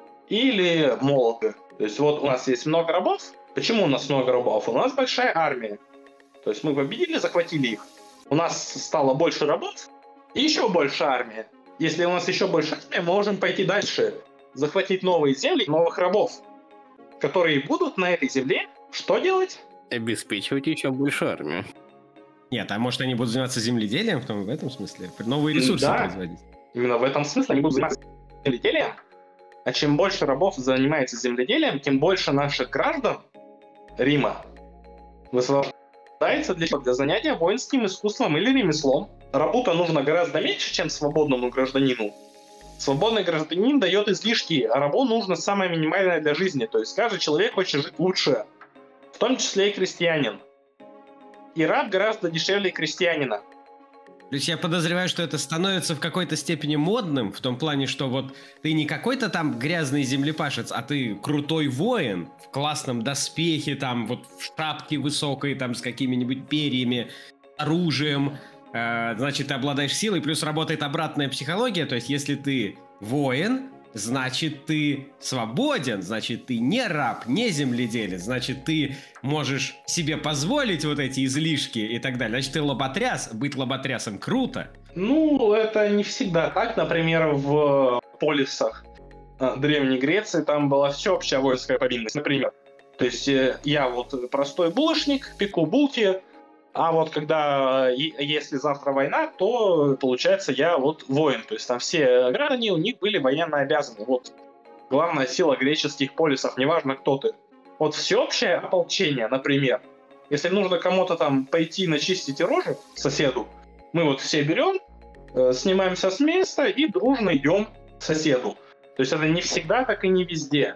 или молоты. То есть вот у нас есть много рабов. Почему у нас много рабов? У нас большая армия. То есть мы победили, захватили их. У нас стало больше рабов и еще больше армия. Если у нас еще больше армии, мы можем пойти дальше, захватить новые земли, новых рабов, которые будут на этой земле что делать? Обеспечивать еще больше армию. Нет, а может они будут заниматься земледелием в, том, в этом смысле? Новые ресурсы да, производить? Именно в этом смысле они будут заниматься земледелием. А чем больше рабов занимается земледелием, тем больше наших граждан Рима высвобождается для, для занятия воинским искусством или ремеслом. Рабу-то нужно гораздо меньше, чем свободному гражданину. Свободный гражданин дает излишки, а рабу нужно самое минимальное для жизни. То есть каждый человек хочет жить лучше, в том числе и крестьянин. И раб гораздо дешевле крестьянина. То есть я подозреваю, что это становится в какой-то степени модным, в том плане, что вот ты не какой-то там грязный землепашец, а ты крутой воин в классном доспехе, там вот в шапке высокой, там с какими-нибудь перьями, оружием. Э, значит, ты обладаешь силой, плюс работает обратная психология. То есть если ты воин, значит, ты свободен, значит, ты не раб, не земледелец, значит, ты можешь себе позволить вот эти излишки и так далее. Значит, ты лоботряс, быть лоботрясом круто. Ну, это не всегда так. Например, в полисах Древней Греции там была всеобщая воинская повинность, например. То есть я вот простой булочник, пеку булки, а вот когда, если завтра война, то, получается, я вот воин. То есть там все граждане, у них были военно обязаны. Вот главная сила греческих полисов, неважно кто ты. Вот всеобщее ополчение, например. Если нужно кому-то там пойти начистить рожу соседу, мы вот все берем, э, снимаемся с места и дружно идем к соседу. То есть это не всегда так и не везде.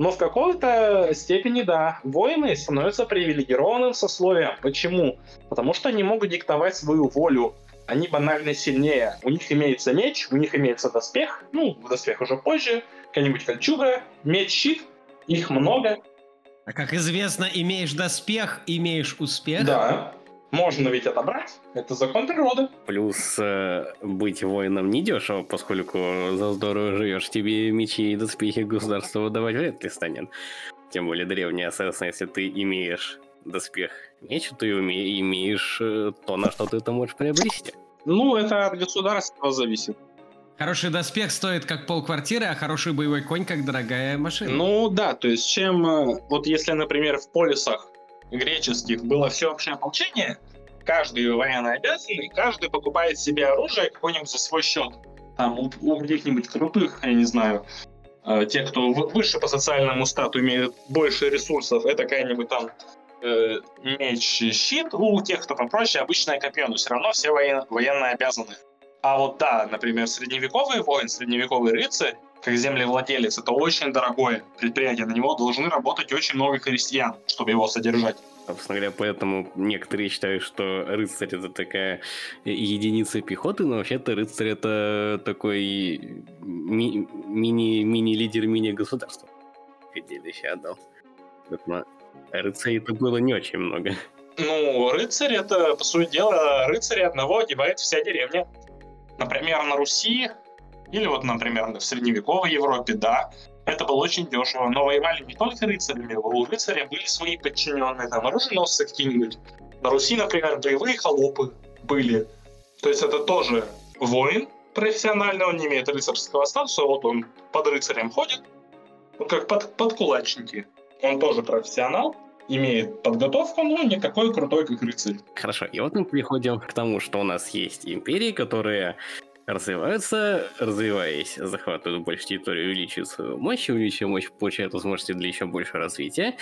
Но в какой-то степени, да, воины становятся привилегированным сословием. Почему? Потому что они могут диктовать свою волю. Они банально сильнее. У них имеется меч, у них имеется доспех. Ну, доспех уже позже. Какая-нибудь кольчуга, меч, щит. Их много. А как известно, имеешь доспех, имеешь успех. Да. Можно ведь отобрать. Это закон природы. Плюс э, быть воином недешево, поскольку за здорово живешь, тебе мечи и доспехи государства выдавать вряд ли станет. Тем более древний ассасин, если ты имеешь доспех, меч, ты уме- имеешь э, то, на что ты это можешь приобрести. Ну, это от государства зависит. Хороший доспех стоит как полквартиры, а хороший боевой конь как дорогая машина. Ну да, то есть чем... э, Вот если, например, в полисах греческих было всеобщее ополчение, каждый военнообязанный, каждый покупает себе оружие какое-нибудь за свой счет. Там у, у каких-нибудь крутых, я не знаю, э, те, кто в- выше по социальному стату имеют больше ресурсов, это какая-нибудь там э, меч, щит, у тех, кто попроще, обычное копье, но все равно все воен, военно обязаны. А вот да, например, средневековый воин, средневековый рыцарь, как землевладелец, это очень дорогое предприятие, на него должны работать очень много крестьян, чтобы его содержать. Собственно говоря, поэтому некоторые считают, что рыцарь это такая единица пехоты, но вообще-то рыцарь это такой ми- мини- мини-лидер мини-государства. Делище отдал. Поэтому рыцарей-то было не очень много. Ну, рыцарь это, по сути дела, рыцаря одного одевает вся деревня. Например, на Руси, или вот, например, в средневековой Европе, да, это было очень дешево. Но воевали не только рыцарями, у рыцаря были свои подчиненные, там, оруженосцы какие-нибудь. На Руси, например, боевые холопы были. То есть это тоже воин профессиональный, он не имеет рыцарского статуса, вот он под рыцарем ходит, ну, как под, подкулачники. Он тоже профессионал, имеет подготовку, но не такой крутой, как рыцарь. Хорошо, и вот мы переходим к тому, что у нас есть империи, которые развиваются, развиваясь, захватывают больше территории, увеличивают свою мощь, увеличивая мощь, получают возможности для еще большего развития.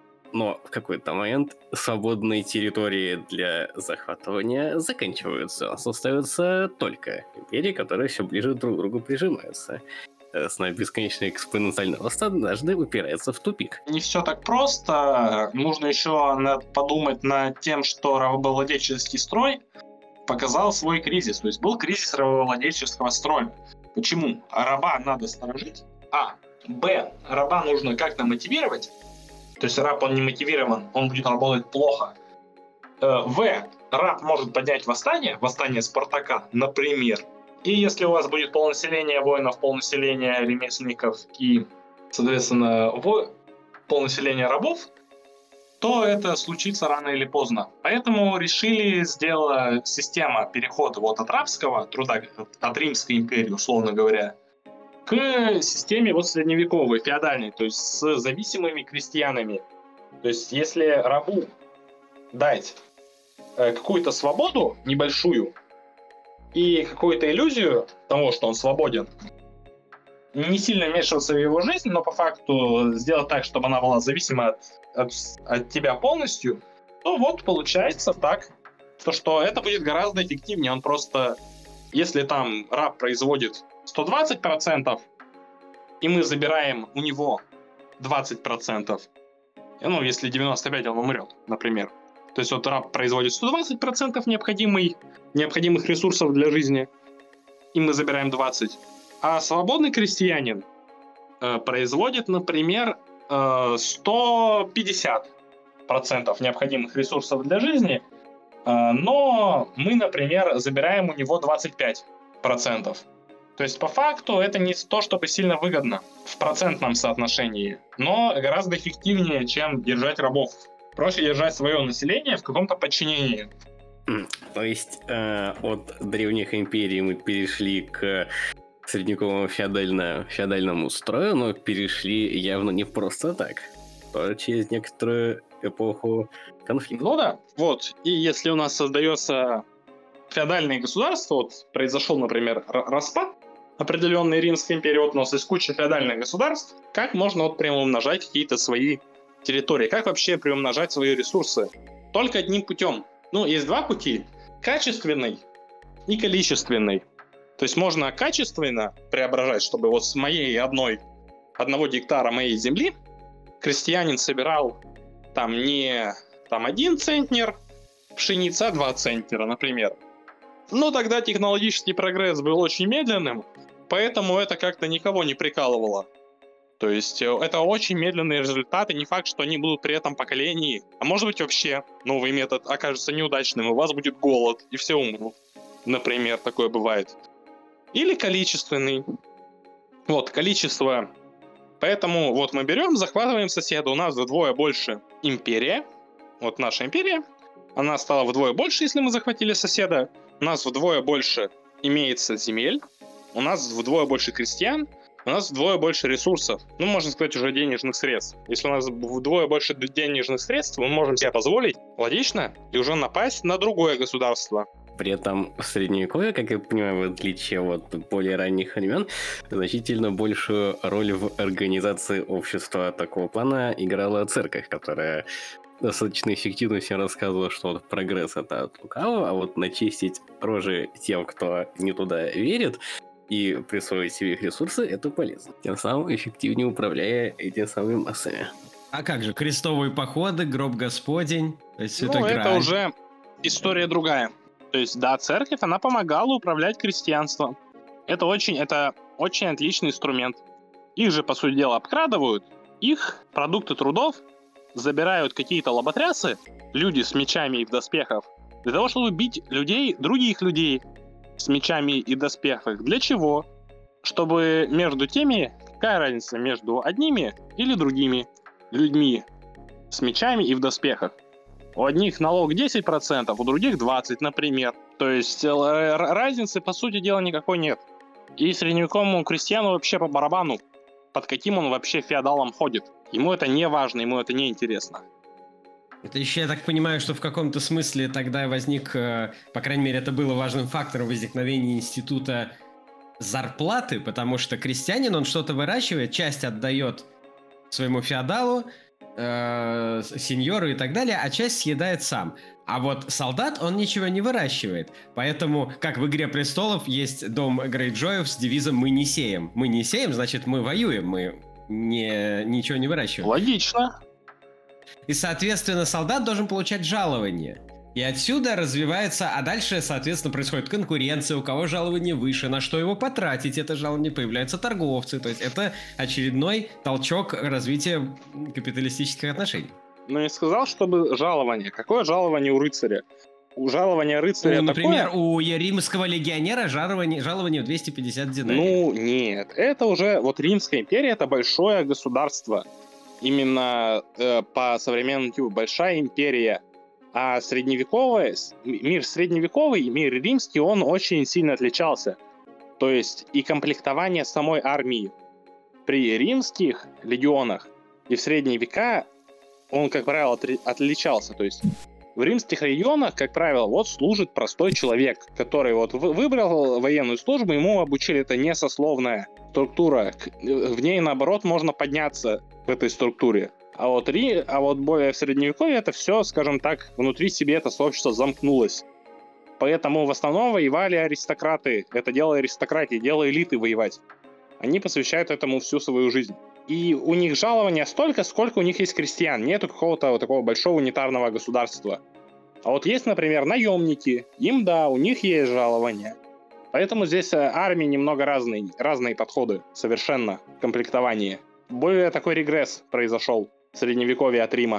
Но в какой-то момент свободные территории для захватывания заканчиваются. Остаются только империи, которые все ближе друг к другу прижимаются. Соответственно, бесконечный экспоненциальный рост однажды упирается в тупик. Не все так просто. Нужно еще над- подумать над тем, что рабовладельческий строй показал свой кризис. То есть был кризис рабовладельческого строя. Почему? Раба надо сторожить. А. Б. Раба нужно как-то мотивировать. То есть раб, он не мотивирован, он будет работать плохо. Э, В. Раб может поднять восстание, восстание Спартака, например. И если у вас будет полнаселение воинов, полнаселение ремесленников и, соответственно, во- полнаселение рабов, то это случится рано или поздно. Поэтому решили сделать систему перехода вот от рабского труда, от Римской империи, условно говоря, к системе вот средневековой, феодальной, то есть с зависимыми крестьянами. То есть если рабу дать э, какую-то свободу небольшую и какую-то иллюзию того, что он свободен, не сильно вмешиваться в его жизнь, но по факту сделать так, чтобы она была зависима от, от, от тебя полностью, то вот получается так, то, что это будет гораздо эффективнее. Он просто, если там раб производит сто двадцать процентов, и мы забираем у него двадцать процентов, ну, если девяносто пять он умрет, например. То есть вот раб производит сто двадцать процентов необходимый, необходимых ресурсов для жизни, и мы забираем двадцать. А свободный крестьянин э, производит, например, э, сто пятьдесят процентов необходимых ресурсов для жизни, э, но мы, например, забираем у него двадцать пять процентов. То есть по факту это не то, чтобы сильно выгодно в процентном соотношении, но гораздо эффективнее, чем держать рабов. Проще держать свое население в каком-то подчинении. То есть э, от древних империй мы перешли к средневековому феодально, феодальному строю, но перешли явно не просто так, тоже через некоторую эпоху конфликта. Ну да, вот. И если у нас создается феодальное государство, вот произошел, например, р- распад определенной Римской империи, вот у нас есть куча феодальных государств, как можно вот приумножать какие-то свои территории, как вообще приумножать свои ресурсы? Только одним путем. Ну, есть два пути. Качественный и количественный. То есть можно качественно преображать, чтобы вот с моей одной, одного гектара моей земли крестьянин собирал там не там, один центнер пшеницы, а два центнера, например. Но тогда технологический прогресс был очень медленным, поэтому это как-то никого не прикалывало. То есть это очень медленные результаты, не факт, что они будут при этом поколении. А может быть вообще новый метод окажется неудачным, и у вас будет голод, и все умрут. Например, такое бывает. Или количественный. Вот, количество. Поэтому вот мы берем, захватываем соседа. У нас вдвое больше империя. Вот наша империя. Она стала вдвое больше, если мы захватили соседа. У нас вдвое больше имеется земель. У нас вдвое больше крестьян. У нас вдвое больше ресурсов. Ну, можно сказать, уже денежных средств. Если у нас вдвое больше денежных средств, мы можем себе позволить, логично, и уже напасть на другое государство. При этом в Средневековье, как я понимаю, в отличие от более ранних времен, значительно большую роль в организации общества такого плана играла церковь, которая достаточно эффективно всем рассказывала, что вот прогресс — это от лукавого, а вот начистить рожи тем, кто не туда верит, и присвоить себе их ресурсы — это полезно. Тем самым эффективнее управляя этими самыми массами. А как же, крестовые походы, гроб Господень, то есть Ну, это это грань. уже история другая. То есть, да, церковь, она помогала управлять крестьянством. Это очень, это очень отличный инструмент. Их же, по сути дела, обкрадывают, их продукты трудов забирают какие-то лоботрясы, люди с мечами и в доспехах, для того, чтобы бить людей, других людей с мечами и доспехах. Для чего? Чтобы между теми, какая разница между одними или другими людьми с мечами и в доспехах? У одних налог десять процентов, у других двадцать процентов, например. То есть разницы, по сути дела, никакой нет. И средневековому крестьяну вообще по барабану, под каким он вообще феодалом ходит. Ему это не важно, ему это не интересно. Это еще, я так понимаю, что в каком-то смысле тогда возник, по крайней мере, это было важным фактором возникновения института зарплаты, потому что крестьянин, он что-то выращивает, часть отдает своему феодалу, э, сеньору и так далее, а часть съедает сам. А вот солдат, он ничего не выращивает. Поэтому, как в «Игре престолов», есть дом Грейджоев с девизом «Мы не сеем». Мы не сеем, значит, мы воюем, мы не, ничего не выращиваем. Логично. И, соответственно, солдат должен получать жалование. И отсюда развивается, а дальше, соответственно, происходит конкуренция, у кого жалование выше, на что его потратить это жалование, появляются торговцы. То есть это очередной толчок развития капиталистических отношений. Но не сказал, чтобы жалование. Какое жалование у рыцаря? У жалования рыцаря ну, например, такое... у римского легионера жалование, жалование в двести пятьдесят динарий. Ну, нет. Это уже... Вот Римская империя — это большое государство. Именно э, по современному типу большая империя. А средневековый, мир средневековый, мир римский, он очень сильно отличался. То есть и комплектование самой армии при римских легионах и в средние века, он, как правило, отличался. То есть в римских легионах, как правило, вот служит простой человек, который вот выбрал военную службу, ему обучили, это не сословная структура. В ней, наоборот, можно подняться в этой структуре. А вот, Ри... а вот более в средневековье это все, скажем так, внутри себе это сообщество замкнулось. Поэтому в основном воевали аристократы. Это дело аристократии, дело элиты воевать. Они посвящают этому всю свою жизнь. И у них жалования столько, сколько у них есть крестьян. Нету какого-то вот такого большого унитарного государства. А вот есть, например, наемники. Им, да, у них есть жалования. Поэтому здесь армии немного разные, разные подходы совершенно в комплектовании. Более такой регресс произошел в средневековье от Рима.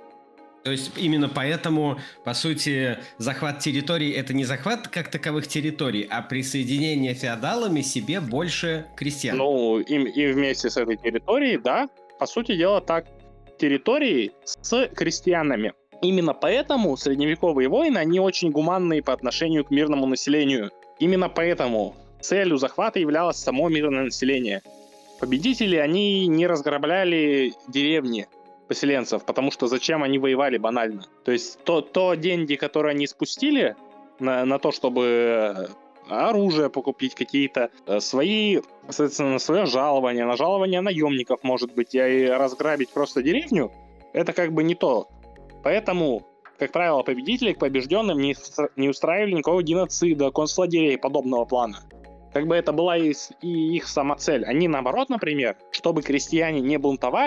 То есть именно поэтому, по сути, захват территорий — это не захват как таковых территорий, а присоединение феодалами себе больше крестьян. Ну, и, и вместе с этой территорией, да, по сути дела так, территории с крестьянами. Именно поэтому средневековые войны, они очень гуманные по отношению к мирному населению. Именно поэтому целью захвата являлось само мирное население. Победители, они не разграбляли деревни поселенцев, потому что зачем они воевали банально. То есть то, то деньги, которые они спустили на, на то, чтобы оружие покупить, какие-то свои, соответственно, свое жалование, на жалование наемников, может быть, и разграбить просто деревню, это как бы не то. Поэтому, как правило, победители к побежденным не, не устраивали никакого геноцида, концлагерей подобного плана. Как бы это была и, и их сама цель. Они, наоборот, например, чтобы крестьяне не бунтовали,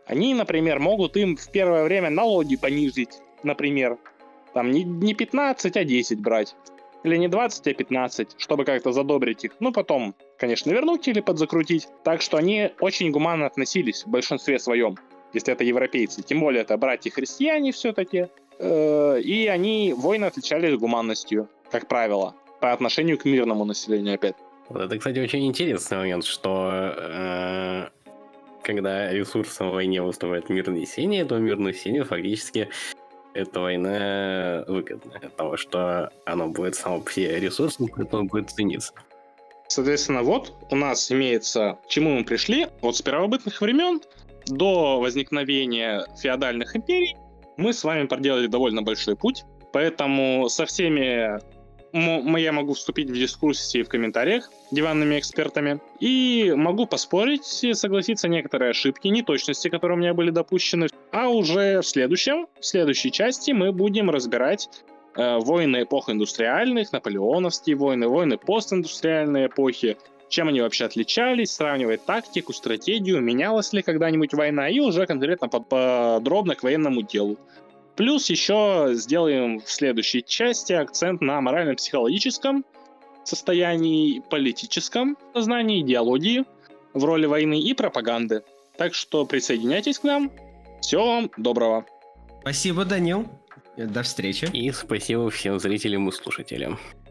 Они, например, могут им в первое время налоги понизить, например. Там не, не пятнадцать, а десять брать. Или не двадцать, а пятнадцать, чтобы как-то задобрить их. Ну, потом, конечно, вернуть или подзакрутить. Так что они очень гуманно относились в большинстве своем, если это европейцы. Тем более это братья-христиане все-таки. И они, воины, отличались гуманностью, как правило, по отношению к мирному населению опять. Вот это, кстати, очень интересный момент, что э, когда ресурсом в войне выступает мирное население, то мирное население фактически эта война выгодна от того, что оно будет само по себе ресурсом, поэтому будет цениться. Соответственно, вот у нас имеется, к чему мы пришли. Вот с первобытных времен до возникновения феодальных империй мы с вами проделали довольно большой путь. Поэтому со всеми м- я могу вступить в дискуссии в комментариях диванными экспертами. И могу поспорить и согласиться некоторые ошибки, неточности, которые у меня были допущены. А уже в следующем, в следующей части мы будем разбирать э, войны эпох индустриальных, наполеоновские войны, войны постиндустриальной эпохи, чем они вообще отличались, сравнивать тактику, стратегию, менялась ли когда-нибудь война, и уже конкретно под- подробно к военному делу. Плюс еще сделаем в следующей части акцент на морально-психологическом состоянии, политическом сознании, идеологии в роли войны и пропаганды. Так что присоединяйтесь к нам. Всего вам доброго. Спасибо, Данил. До встречи. И спасибо всем зрителям и слушателям.